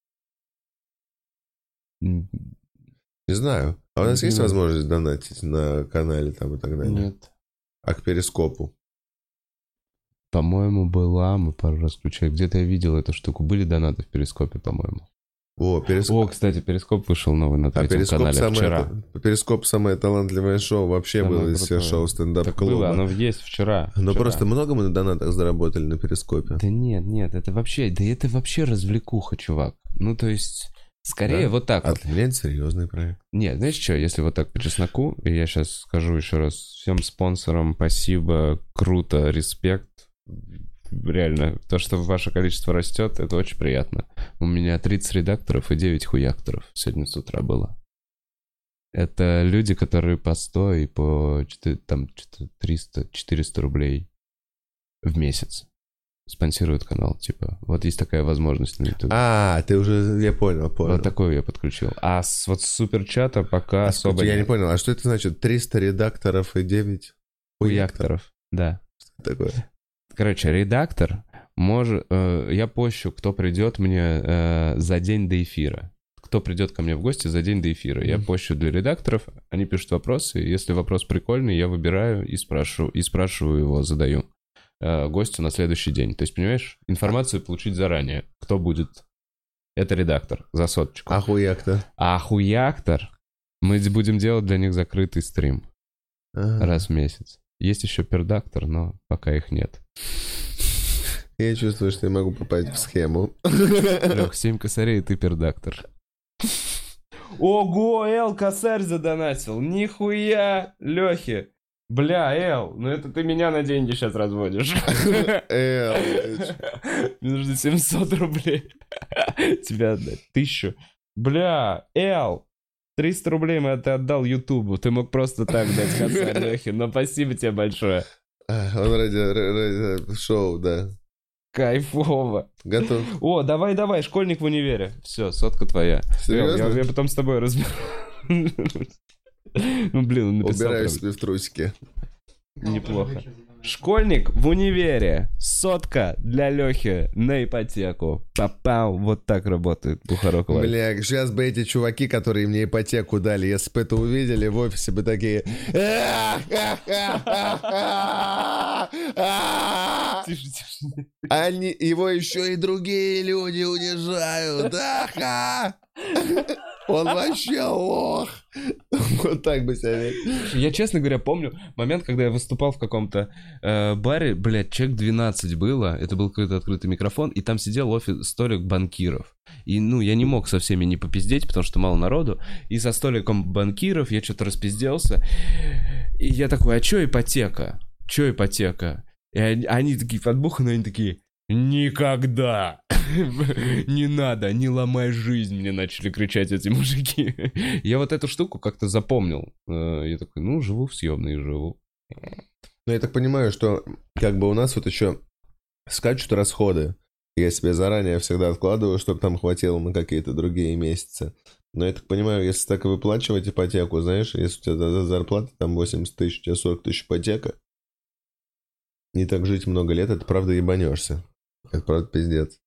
Не знаю. А у нас есть возможность донатить на канале там и так далее? Нет. А к перископу? По-моему, была. Мы пару раз включали. Где-то я видел эту штуку. Были донаты в перископе, по-моему. О, перископ. О, кстати, перископ вышел новый на третьем а перископ канале самое, вчера. Перископ самое талантливое шоу вообще Самое было из всех крутое. шоу Так стендап-клуба. было, оно есть вчера. Но вчера. просто много мы на донатах заработали на перископе. Да нет, нет, это вообще... Да это вообще развлекуха, чувак. Ну, то есть... Скорее Да? вот так А вот. для меня это серьезный проект. Нет, знаешь что, если вот так по чесноку, и я сейчас скажу еще раз всем спонсорам спасибо, круто, респект. Реально, то, что ваше количество растет, это очень приятно. У меня тридцать редакторов и девять хуякторов сегодня с утра было. Это люди, которые по сто и по там, триста-четыреста рублей в месяц спонсируют канал, типа. Вот есть такая возможность на YouTube. А, ты уже, я понял, понял. Вот такую я подключил. А с вот с суперчата пока а особо Я нет. не понял, а что это значит? триста редакторов и девять Хуякторов, да. Что такое? Короче, редактор может... Э, я пощу, кто придет мне э, за день до эфира. Кто придет ко мне в гости за день до эфира. Я пощу для редакторов, они пишут вопросы. Если вопрос прикольный, я выбираю и спрашиваю, и спрашиваю его, задаю э, гостю на следующий день. То есть, понимаешь, информацию получить заранее. Кто будет? Это редактор за соточку. А хуяк-то? А хуяктор мы будем делать для них закрытый стрим Ага. раз в месяц. Есть еще пердактор, но пока их нет. Я чувствую, что я могу попасть в схему. Лех, семь косарей, и ты пердактор. Ого, Эл косарь задонатил. Нихуя, Лехи. Бля, Эл, ну это ты меня на деньги сейчас разводишь. Эл, Мне нужно семьсот рублей. Тебе отдать. Тысячу. Бля, Эл. триста рублей мы ты отдал Ютубу. Ты мог просто так дать косарь Лехе. Но спасибо тебе большое. Он ради, ради шоу, да. Кайфово. Готов. О, давай, давай, школьник в универе. Все, сотка твоя. Серьезно? Я, я потом с тобой разберусь. Ну, блин, он написал. Убираю правда. себе в трусики. Неплохо. Школьник в универе. Сотка для Лехи на ипотеку. Попал. Вот так работает Бухарок Лайф. Бля, сейчас бы эти чуваки, которые мне ипотеку дали, если бы это увидели в офисе, бы такие... Тише, тише. Они, его еще и другие люди унижают. Ага! Он вообще лох. Вот так бы себя вел. Я, честно говоря, помню момент, когда я выступал в каком-то э, баре, блядь, человек двенадцать было, это был какой-то открытый микрофон, и там сидел офис, столик банкиров. И, ну, я не мог со всеми не попиздеть, потому что мало народу, и за столиком банкиров я что-то распизделся, и я такой, а чё ипотека? Чё ипотека? И они, они такие подбуханные, они такие... Никогда! Не надо, не ломай жизнь, мне начали кричать эти мужики. Я вот эту штуку как-то запомнил. Я такой, ну, живу в съемной, живу. Ну, я так понимаю, что как бы у нас вот еще скачут расходы. Я себе заранее всегда откладываю, чтобы там хватило на какие-то другие месяцы. Но я так понимаю, если так и выплачивать ипотеку, знаешь, если у тебя зарплата там восемьдесят тысяч, у тебя сорок тысяч ипотека, не так жить много лет, это правда ебанешься. Это правда пиздец.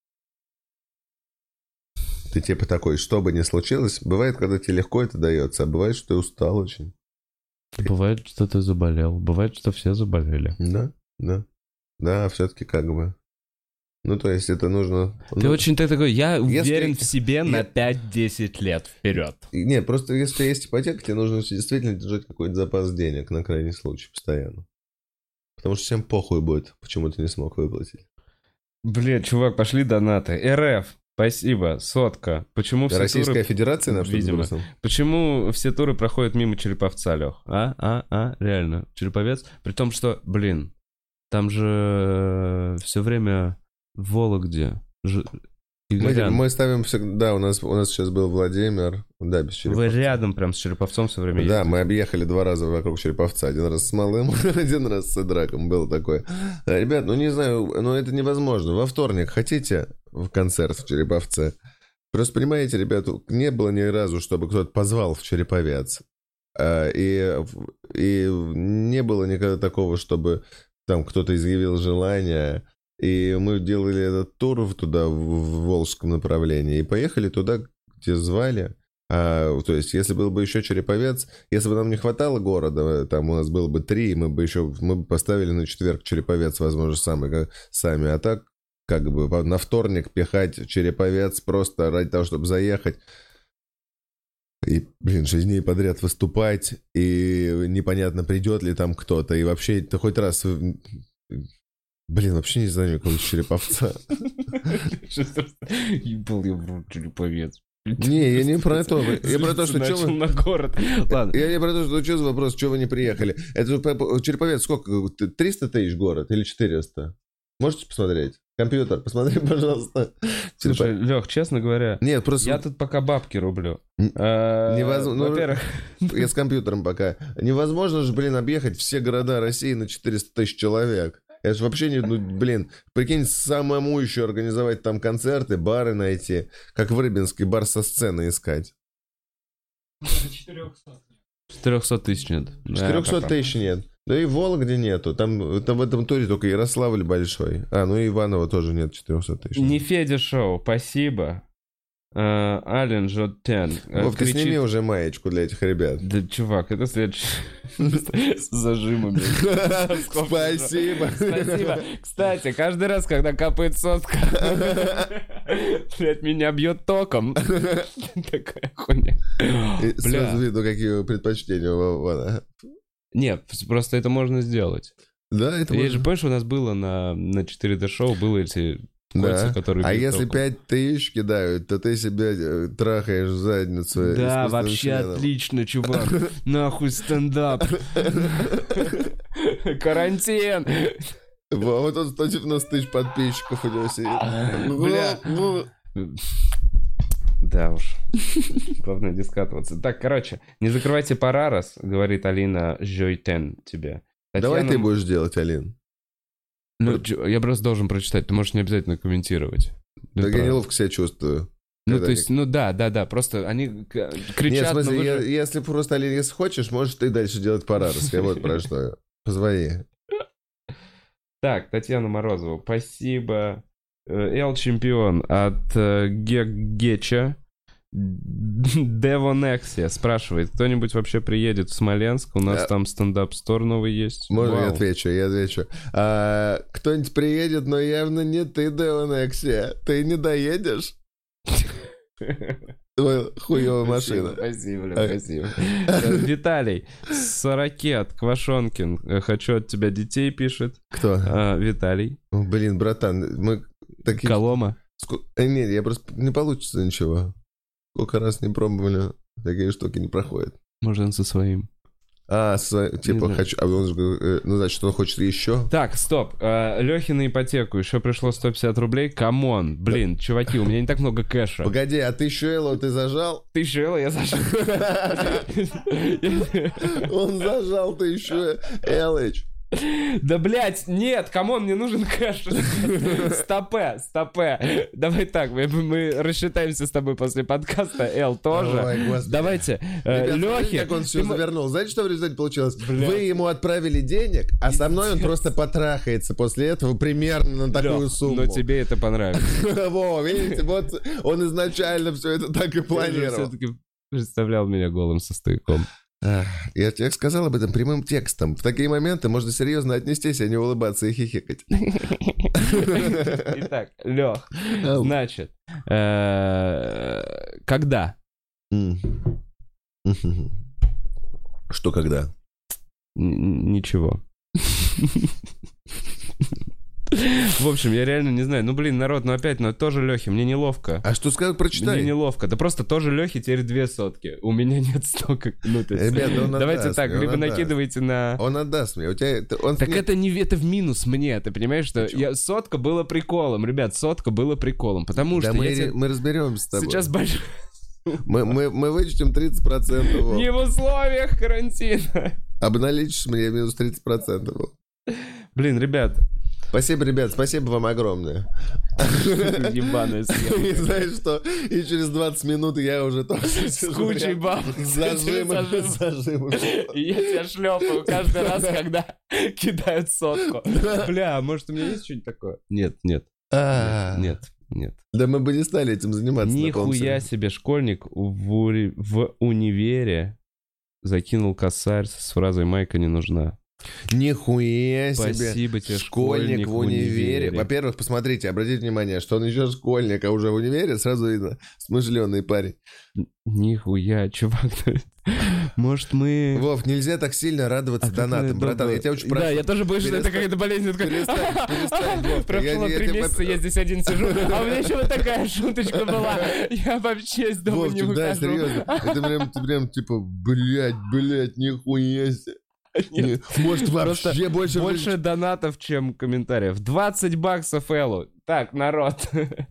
Ты типа такой, что бы ни случилось, бывает, когда тебе легко это дается, а бывает, что ты устал очень. Бывает, что ты заболел. Бывает, что все заболели. Да, да. Да, все-таки как бы. Ну, то есть это нужно... Ты ну, очень ты такой, я если- уверен в себе я- на пять-десять лет вперед. Нет, просто если у тебя есть ипотека, тебе нужно действительно держать какой-то запас денег на крайний случай постоянно. Потому что всем похуй будет, почему ты не смог выплатить. Блин, чувак, пошли донаты. РФ, спасибо, сотка. Почему все Российская туры... Федерация на что Видимо. сбросила? Почему все туры проходят мимо Череповца, Лех? А, а, а, реально. Череповец. При том, что, блин, там же все время в Вологде. Ж... Мы, Игорян. мы ставим всегда, у нас, у нас сейчас был Владимир, да, без Вы Череповца. рядом прям с Череповцом все время Да, ездите. мы объехали два раза вокруг Череповца. Один раз с Малым, один раз с Идраком. Было такое. А, ребят, ну не знаю, ну это невозможно. Во вторник хотите в концерт в Череповце? Просто понимаете, ребята, не было ни разу, чтобы кто-то позвал в Череповец. А, и, и не было никогда такого, чтобы там кто-то изъявил желание. И мы делали этот тур туда, в, в Волжском направлении, и поехали туда, где звали. А, то есть, если был бы еще Череповец, если бы нам не хватало города, там у нас было бы три, мы бы еще мы бы поставили на четверг Череповец, возможно, сами, сами. А так, как бы на вторник пихать Череповец просто ради того, чтобы заехать. И, блин, шесть дней подряд выступать, и непонятно, придет ли там кто-то. И вообще, ты хоть раз... Блин, вообще не знаю никакого Череповца. Ебал я в рот Череповец. Не, я не про то. Я про то, что... Начал на город. Ладно. Я не про то, что... Что за вопрос, чего вы не приехали? Это Череповец сколько? триста тысяч город или четыреста? Можете посмотреть? Компьютер, посмотри, пожалуйста. Слушай, Лех, честно говоря, нет, просто... я тут пока бабки рублю. Невозможно. Во-первых... Я с компьютером пока. Невозможно же, блин, объехать все города России на четыреста тысяч человек. Это же вообще не... Ну, блин, прикинь, самому еще организовать там концерты, бары найти. Как в Рыбинске, бар со сцены искать. четыреста тысяч нет. четыреста тысяч нет. Да и в Вологде нету. Там, там в этом туре только Ярославль большой. А, ну и Иваново тоже нет четыреста тысяч. Не Федя Шоу, спасибо. Uh, Ален Жотен. Вов, ты сними уже маечку для этих ребят. Да, чувак, это следующий. С зажимами. Спасибо. Спасибо. Кстати, каждый раз, когда капает сотка, блядь, меня бьет током. Такая хуйня. Сразу видно, какие предпочтения у Вована. Нет, просто это можно сделать. Да, это можно. Я же, помнишь, у нас было на, на четыре дэ шоу, было эти кольца, да. которые... А если пять тысяч кидают, то ты себя трахаешь в задницу. Да, вообще членом. Отлично, чувак. Нахуй стендап. Карантин. Вот он сто девяносто тысяч подписчиков у него сидит. Бля. Да уж. Главное не скатываться. Так, короче, не закрывайте Парарас, говорит Алина Жойтен тебе. Татьяна... Давай ты будешь делать, Алин. Ну, я просто должен прочитать, ты можешь не обязательно комментировать. Да я неловко себя чувствую. Ну, то есть, ну да, да, да, просто они кричат... Нет, в смысле, но я, же... если просто, Алин, если хочешь, можешь ты дальше делать Парарас. Я вот про что. Позвони. Так, Татьяна Морозова, спасибо. Эл Чемпион от Гегеча. Девонексия спрашивает, кто-нибудь вообще приедет в Смоленск? У нас а... там стендап-стор новый есть. Можно Вау. я отвечу, я отвечу. А, кто-нибудь приедет, но явно не ты, Девонексия. Ты не доедешь? Твоя хуёвая машина. Спасибо, бля, спасибо. Виталий, Сорокет, Квашонкин. Хочу от тебя детей, пишет. Кто? Виталий. Блин, братан, мы такие... Колома. Нет, я просто... Не получится ничего. Сколько раз не пробовали, такие штуки не проходят. Может, он со своим. А, со, типа, хочу... А он же, ну, значит, он хочет еще? Так, стоп. Э, Лехе на ипотеку еще пришло сто пятьдесят рублей. Камон, блин, да. Чуваки, у меня не так много кэша. Погоди, а тысячу эло ты зажал? Тысячу эло я зажал. Он зажал тысячу элыч. Да, блядь, нет, камон, мне нужен кэш. Стопэ, стопэ. Давай так, мы, мы рассчитаемся с тобой после подкаста. Эл тоже. Ой, давайте. Э, Лехе. Как он все завернул. Знаете, что в результате получилось? Блядь. Вы ему отправили денег, а со мной он просто потрахается после этого примерно на такую Лех, сумму. Но тебе это понравилось. Во, видите, вот он изначально все это так и планировал. Я все-таки представлял меня голым со стояком. Я тебе сказал об этом прямым текстом. В такие моменты можно серьезно отнестись, а не улыбаться и хихикать. Итак, Лех, значит, когда? Что когда? Ничего. В общем, я реально не знаю. Ну, блин, народ, ну опять, ну тоже Лехе, мне неловко. А что сказал, прочитай. Мне неловко. Да просто тоже Лехе теперь две сотки. У меня нет столько. Ну, то есть... Ребята, он давайте отдаст, так, либо накидывайте на... Он отдаст мне. У тебя... он... Так это не это в минус мне, ты понимаешь, что я... сотка было приколом. Ребят, сотка было приколом. Потому да что мы, я тебе... мы разберемся с тобой. Сейчас большой... Мы, мы, мы вычтем тридцать процентов. Не в условиях карантина. Обналичишь мне минус тридцать процентов. Блин, ребят, Спасибо, ребят, спасибо вам огромное. Ебаная съемка. И знаешь что? И через двадцать минут я уже тоже... С кучей бабок. Зажимы. Зажимы. И я тебя шлепаю каждый раз, когда кидают сотку. Бля, а может у меня есть что-нибудь такое? Нет, нет. А. Нет, нет. Да мы бы не стали этим заниматься. Нихуя себе, школьник в, ури... в универе закинул косарь с фразой «Майка не нужна». Нихуя себе. Спасибо тебе, школьник, школьник в универе. универе. Во-первых, посмотрите, обратите внимание, что он еще школьник, а уже в универе сразу видно смышленый парень. Нихуя, чувак. Может, мы... Вов, нельзя так сильно радоваться а донатам, братан. Я тебя очень прошу. Да, я тоже боюсь, что это какая-то болезнь. Перестань, перестань, Вов. Прошло три месяца, я здесь один сижу, а у меня еще вот такая шуточка была. Я вообще из дома не выхожу. Да, серьезно. Это прям, прям типа, блядь, блядь, нихуя себе. Нет. Может, вообще больше... Больше донатов, чем комментариев. двадцать баксов Эллу. Так, народ.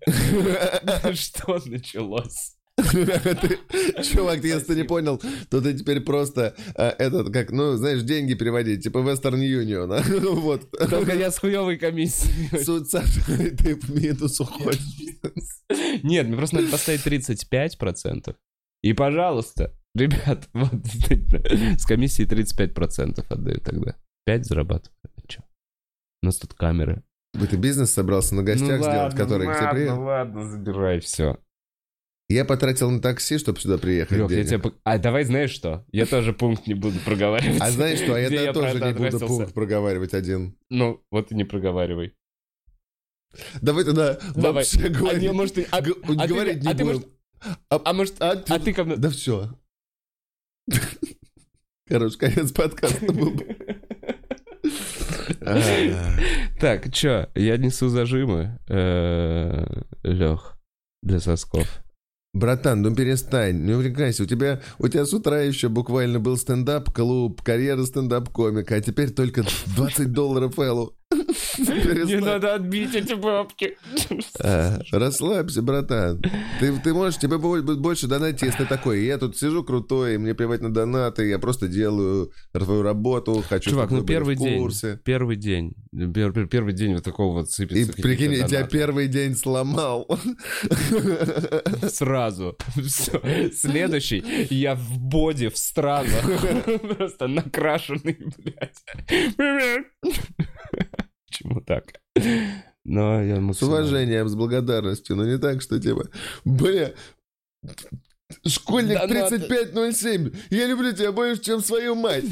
Что началось? Чувак, если ты не понял, то ты теперь просто этот, как, ну, знаешь, деньги переводить, типа Western Union. Вот. Только я с хуёвой комиссией. Ты в минус уходишь. Нет, мне просто надо поставить тридцать пять процентов. И, пожалуйста, ребят, вот с комиссией тридцать пять процентов отдаю тогда. пять зарабатываю. Че? У нас тут камеры. Вы ты бизнес собрался на гостях ну сделать, ладно, который ну к тебе ладно, приехал? Ну ладно, забирай все. Я потратил на такси, чтобы сюда приехать. Лёх, я тебе... А давай знаешь что? Я тоже пункт не буду проговаривать. А знаешь что? А я, я тоже не буду пункт проговаривать один. Ну, вот и не проговаривай. Давай тогда давай. вообще говорить. А, может, ты... а, Г- а говорить ты... не а будем. Ты, может... А, а может... А, а ты ко мне... Да все. Короче, конец подкаста был. Так, чё, я несу зажимы, Лёх, для сосков. Братан, ну перестань, не увлекайся. У тебя, у тебя с утра еще буквально был стендап-клуб, карьера стендап-комика, а теперь только двадцать долларов Эллу. Не надо отбить эти бабки. А, расслабься, братан. Ты, ты можешь, тебе будет больше донатить, если такой. Я тут сижу крутой, мне плевать на донаты, я просто делаю твою работу, хочу, чувак, ну первый в день, первый день, первый, первый день вот такого вот сыпется. И прикинь, я тебя первый день сломал. Сразу. Все. Следующий, я в боди, в стразах. Просто накрашенный, блядь. Почему так? Но я с уважением, с благодарностью, но не так, что типа, бля, школьник да, тридцать пять ноль семь, я люблю тебя больше, чем свою мать.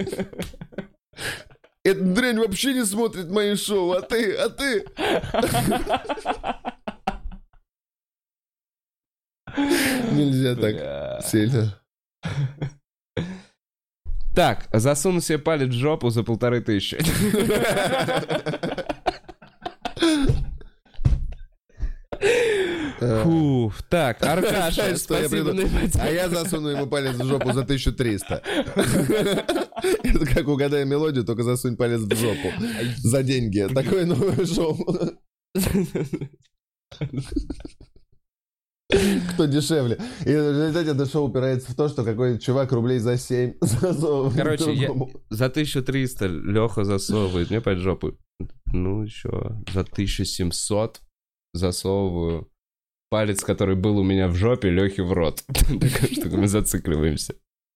Эта дрянь вообще не смотрит мои шоу, а ты, а ты... Нельзя так сильно. Так, засуну себе палец в жопу за полторы тысячи. Фух, так, Аркаша, спасибо. А я засуну ему палец в жопу за тысячу триста. Это как угадай мелодию, только засунь палец в жопу. За деньги. Такое новое шоу. Кто дешевле. И в результате это шоу упирается в то, что какой-то чувак рублей за семь засовывает. Короче, я, за тысячу триста Леха засовывает мне под жопу. Ну, еще за тысячу семьсот засовываю палец, который был у меня в жопе, Лехе в рот. Так что мы зацикливаемся.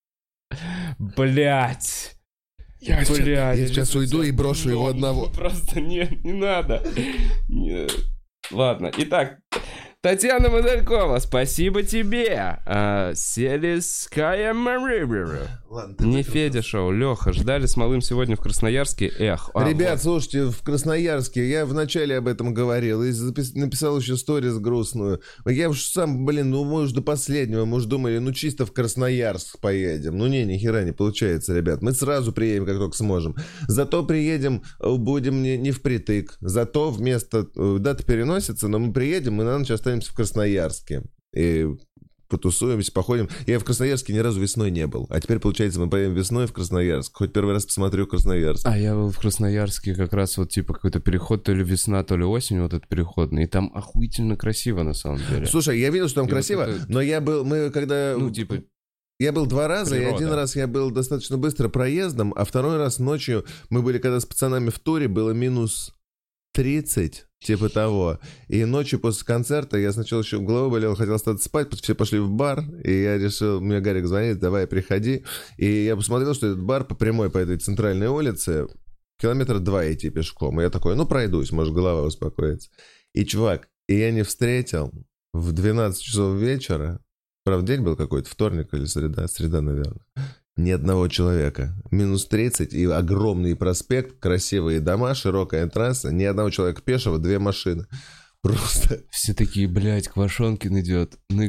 Блять. Я, я сейчас уйду и брошу его одного. Просто не, не надо. Не. Ладно, итак, Татьяна Моделькова, спасибо тебе. А, Селиская Марибера. Не Федя шоу, Леха, ждали с малым сегодня в Красноярске. Эх. А, ребят, вот. Слушайте, в Красноярске, я вначале об этом говорил, и запис... написал еще сторис грустную. Я уж сам, блин, ну, может, до последнего, может, думали, ну, чисто в Красноярск поедем. Ну, не, ни хера не получается, ребят. Мы сразу приедем, как только сможем. Зато приедем, будем не, не впритык. Зато вместо... Дата переносится, но мы приедем, мы на ночь останемся в Красноярске. И... потусуемся, походим. Я в Красноярске ни разу весной не был. А теперь, получается, мы поедем весной в Красноярск. Хоть первый раз посмотрю Красноярск. А я был в Красноярске как раз вот типа какой-то переход, то ли весна, то ли осень, вот этот переходный. И там охуительно красиво на самом деле. Слушай, я видел, что там и красиво, вот это... но я был, мы когда... Ну, типа... Я был два раза, Природа. И один раз я был достаточно быстро проездом, а второй раз ночью мы были, когда с пацанами в туре, было минус тридцать, типа того. И ночью после концерта я сначала еще головой болел, хотел остаться спать, все пошли в бар, и я решил, мне Гарик звонит, давай, приходи. И я посмотрел, что этот бар по прямой, по этой центральной улице, километра два идти пешком. И я такой, ну, пройдусь, может, голова успокоится. И, чувак, и я не встретил в двенадцать часов вечера, правда, день был какой-то, вторник или среда, среда, наверное, ни одного человека. Минус тридцать и огромный проспект, красивые дома, широкая трасса, ни одного человека пешего, две машины. Просто... Все такие, блядь, Квашонкин идет. И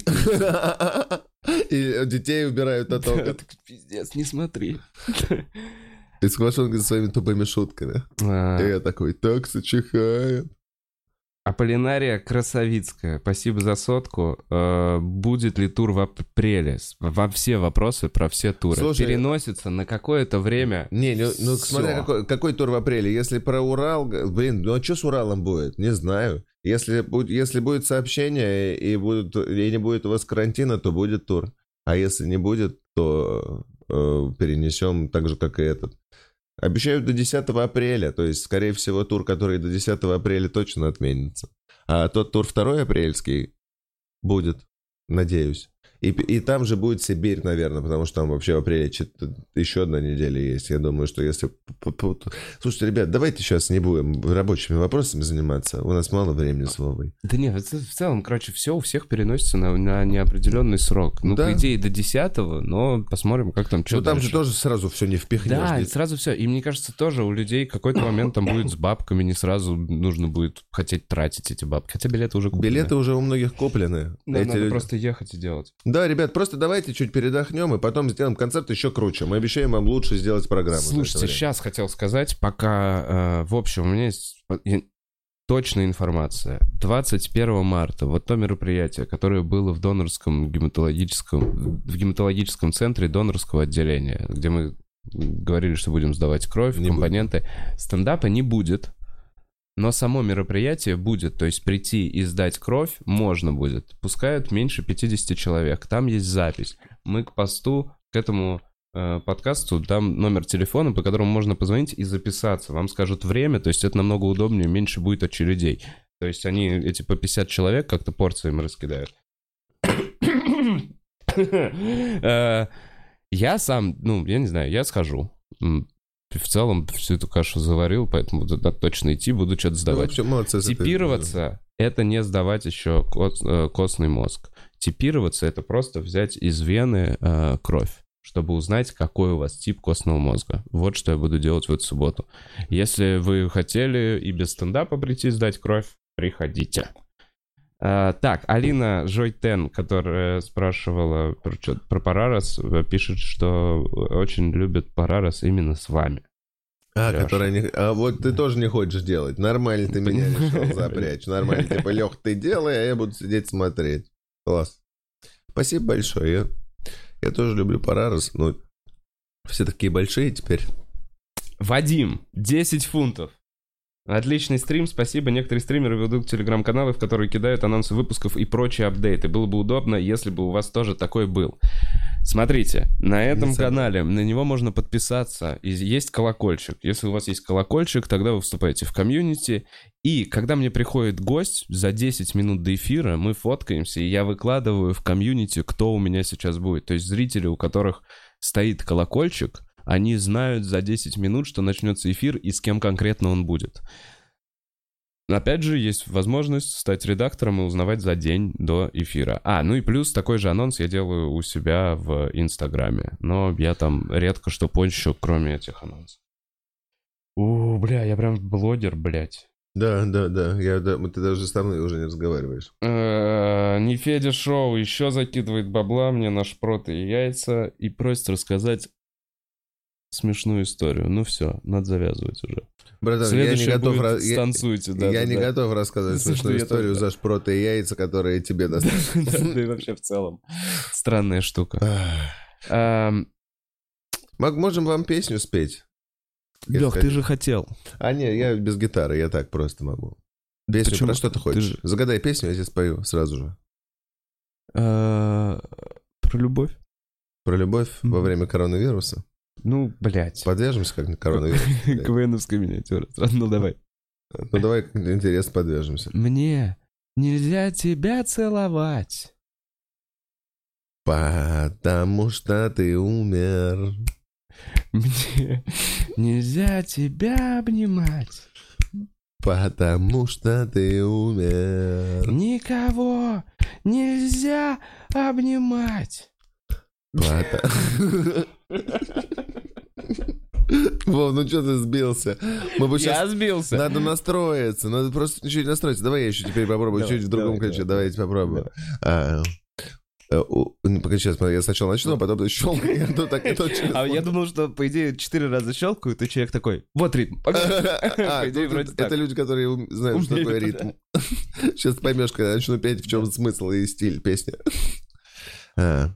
детей убирают от окон. Пиздец, не смотри. И с Квашонкин со своими тупыми шутками. И я такой, так сочихает. Аполлинария Красовицкая, спасибо за сотку. Э, будет ли тур в апреле? Во все вопросы про все туры. Слушай, переносится на какое-то время. Не, ну, ну смотря какой, какой тур в апреле. Если про Урал, блин, ну а что с Уралом будет? Не знаю. Если, если будет сообщение и, будут, и не будет у вас карантина, то будет тур. А если не будет, то э, перенесем так же, как и этот. Обещают до десятого апреля, то есть, скорее всего, тур, который до десятого апреля точно отменится. А тот тур второй апрельский будет, надеюсь. И, и там же будет Сибирь, наверное, потому что там вообще в апреле еще одна неделя есть. Я думаю, что если... Слушайте, ребят, давайте сейчас не будем рабочими вопросами заниматься. У нас мало времени с Вовой. Да нет, в целом, короче, все у всех переносится на, на неопределенный срок. Ну, да. По идее, до десятого, но посмотрим, как там, что Ну, там дальше. же тоже сразу все не впихнешь. Да, сразу все. И мне кажется, тоже у людей какой-то момент там будет с бабками, не сразу нужно будет хотеть тратить эти бабки. Хотя билеты уже куплены. Билеты уже у многих куплены. Да, эти надо люди... просто ехать и делать. Да, ребят, просто давайте чуть передохнем, и потом сделаем концерт еще круче. Мы обещаем вам лучше сделать программу. Слушайте, сейчас хотел сказать, пока, э, в общем, у меня есть точная информация. двадцать первого марта, вот то мероприятие, которое было в донорском гематологическом, в гематологическом центре донорского отделения, где мы говорили, что будем сдавать кровь, не компоненты. Будет. Стендапа не будет. Но само мероприятие будет, то есть прийти и сдать кровь можно будет. Пускают меньше пятьдесят человек. Там есть запись. Мы к посту, к этому э, подкасту дам номер телефона, по которому можно позвонить и записаться. Вам скажут время, то есть это намного удобнее, меньше будет очередей. То есть они эти по пятьдесят человек как-то порциями раскидают. Я сам, ну, я не знаю, я схожу. В целом всю эту кашу заварил, поэтому туда точно идти, буду что-то сдавать. Ну, молодцы, Типироваться — это не сдавать еще кос, э, костный мозг. Типироваться — это просто взять из вены э, кровь, чтобы узнать, какой у вас тип костного мозга. Вот что я буду делать в эту субботу. Если вы хотели и без стендапа прийти сдать кровь, приходите. А, так, Алина Жойтен, которая спрашивала про, про Парарас, пишет, что очень любит Парарас именно с вами. А, которая не... а вот ты тоже не хочешь делать. Нормально ты меня решил запрячь. Нормально, типа, Лех, ты делай, а я буду сидеть смотреть. Класс. Спасибо большое. Я, я тоже люблю Парарас, но все такие большие теперь. Вадим, десять фунтов. Отличный стрим, спасибо. Некоторые стримеры ведут телеграм-каналы, в которые кидают анонсы выпусков и прочие апдейты. Было бы удобно, если бы у вас тоже такой был. Смотрите, на этом канале, на него можно подписаться, и есть колокольчик. Если у вас есть колокольчик, тогда вы вступаете в комьюнити. И когда мне приходит гость, за десять минут до эфира мы фоткаемся, и я выкладываю в комьюнити, кто у меня сейчас будет. То есть зрители, у которых стоит колокольчик, они знают за десять минут, что начнется эфир и с кем конкретно он будет. Опять же, есть возможность стать редактором и узнавать за день до эфира. А, ну и плюс такой же анонс я делаю у себя в Инстаграме. Но я там редко что пощу, кроме этих анонсов. У, бля, я прям блогер, блядь. Да, да, да. Я, да ты даже со мной уже не разговариваешь. Не Федя Шоу еще закидывает бабла мне на шпроты и яйца и просит рассказать смешную историю. Ну все, надо завязывать уже. Братан, я не готов, ra- станцуйте, я, да, я да, не да. готов рассказывать смешную историю за шпроты и яйца, которые тебе достаточно. Да и вообще в целом. Странная штука. Можем вам песню спеть? Лёх, ты же хотел. А не, я без гитары, я так просто могу. Песню про что ты хочешь? Загадай песню, я тебе спою сразу же. Про любовь. Про любовь во время коронавируса? Ну, блядь. Подвяжемся как на коронавирус. КВНовская миниатюра. Ну, давай. Ну давай интересно подвяжемся. Мне нельзя тебя целовать. Потому что ты умер. Мне нельзя тебя обнимать. Потому что ты умер. Никого нельзя обнимать. Вов, ну что ты сбился? Мы бы Я сейчас... сбился. Надо настроиться, надо просто чуть настроиться. Давай я еще теперь попробую, Давай, чуть в другом давай, ключе. давай. Давайте попробуем. А, э, у- ну, Погоди, сейчас я сначала начну, а потом ты щелкай. Ну, так и то, через А я фон. думал, что, по идее, четыре раза щелкают, и человек такой, вот ритм. А, По идее, ну, вроде это так. люди, которые ум- знают, что Умеют, такое ритм. Сейчас ты поймешь, когда я начну петь, в чем смысл и стиль песни. А.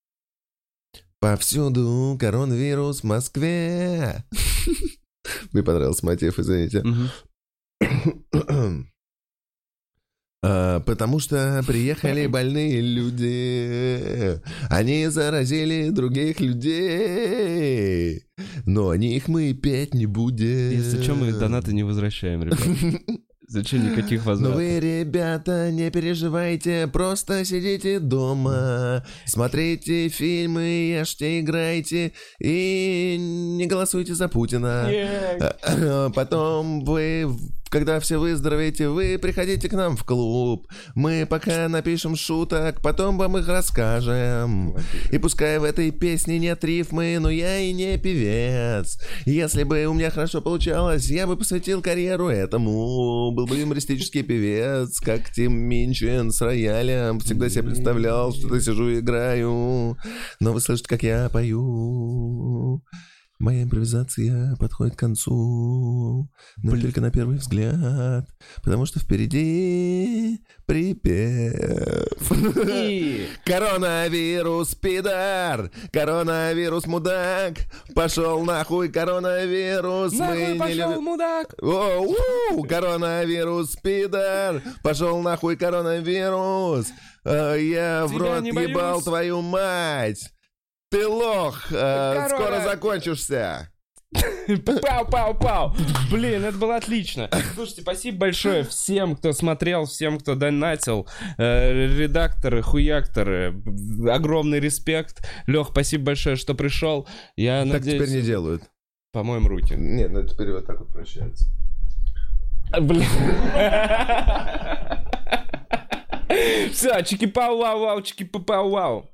Повсюду коронавирус в Москве. Мне понравился мотив, извините. Мгм. А, потому что приехали больные люди. Они заразили других людей. Но них мы петь не будем. Если что, мы донаты не возвращаем, ребят. Зачем никаких Но возвратов? вы, ребята, не переживайте, просто сидите дома, смотрите фильмы, ешьте, играйте и не голосуйте за Путина. Потом вы, когда все выздоровеете, вы приходите к нам в клуб. Мы пока напишем шуток, потом вам их расскажем. И пускай в этой песне нет рифмы, но я и не певец. Если бы у меня хорошо получалось, я бы посвятил карьеру этому. Был бы юмористический певец, как Тим Минчин с роялем. Всегда себе представлял, что я сижу и играю. Но вы слышите, как я пою. Моя импровизация подходит к концу, но только на первый взгляд, потому что впереди припев. И- Коронавирус, пидор! Коронавирус, мудак! Пошел нахуй, коронавирус! Нахуй Мы не пошел, любим... мудак! О, у, коронавирус, пидор! Пошел нахуй, коронавирус! А, я в Тебя рот не ебал боюсь. твою мать! Ты лох! А, Корона. скоро закончишься! Пау-пау-пау! Блин, это было отлично. Слушайте, спасибо большое всем, кто смотрел, всем, кто донатил. Э, редакторы, хуякторы. Огромный респект. Лех, спасибо большое, что пришел. Я Так надеюсь... теперь не делают. Помоем руки. Нет, ну теперь вот так вот прощаются. Блин. Все, чики-пау-вау-вау, чики-пау-вау.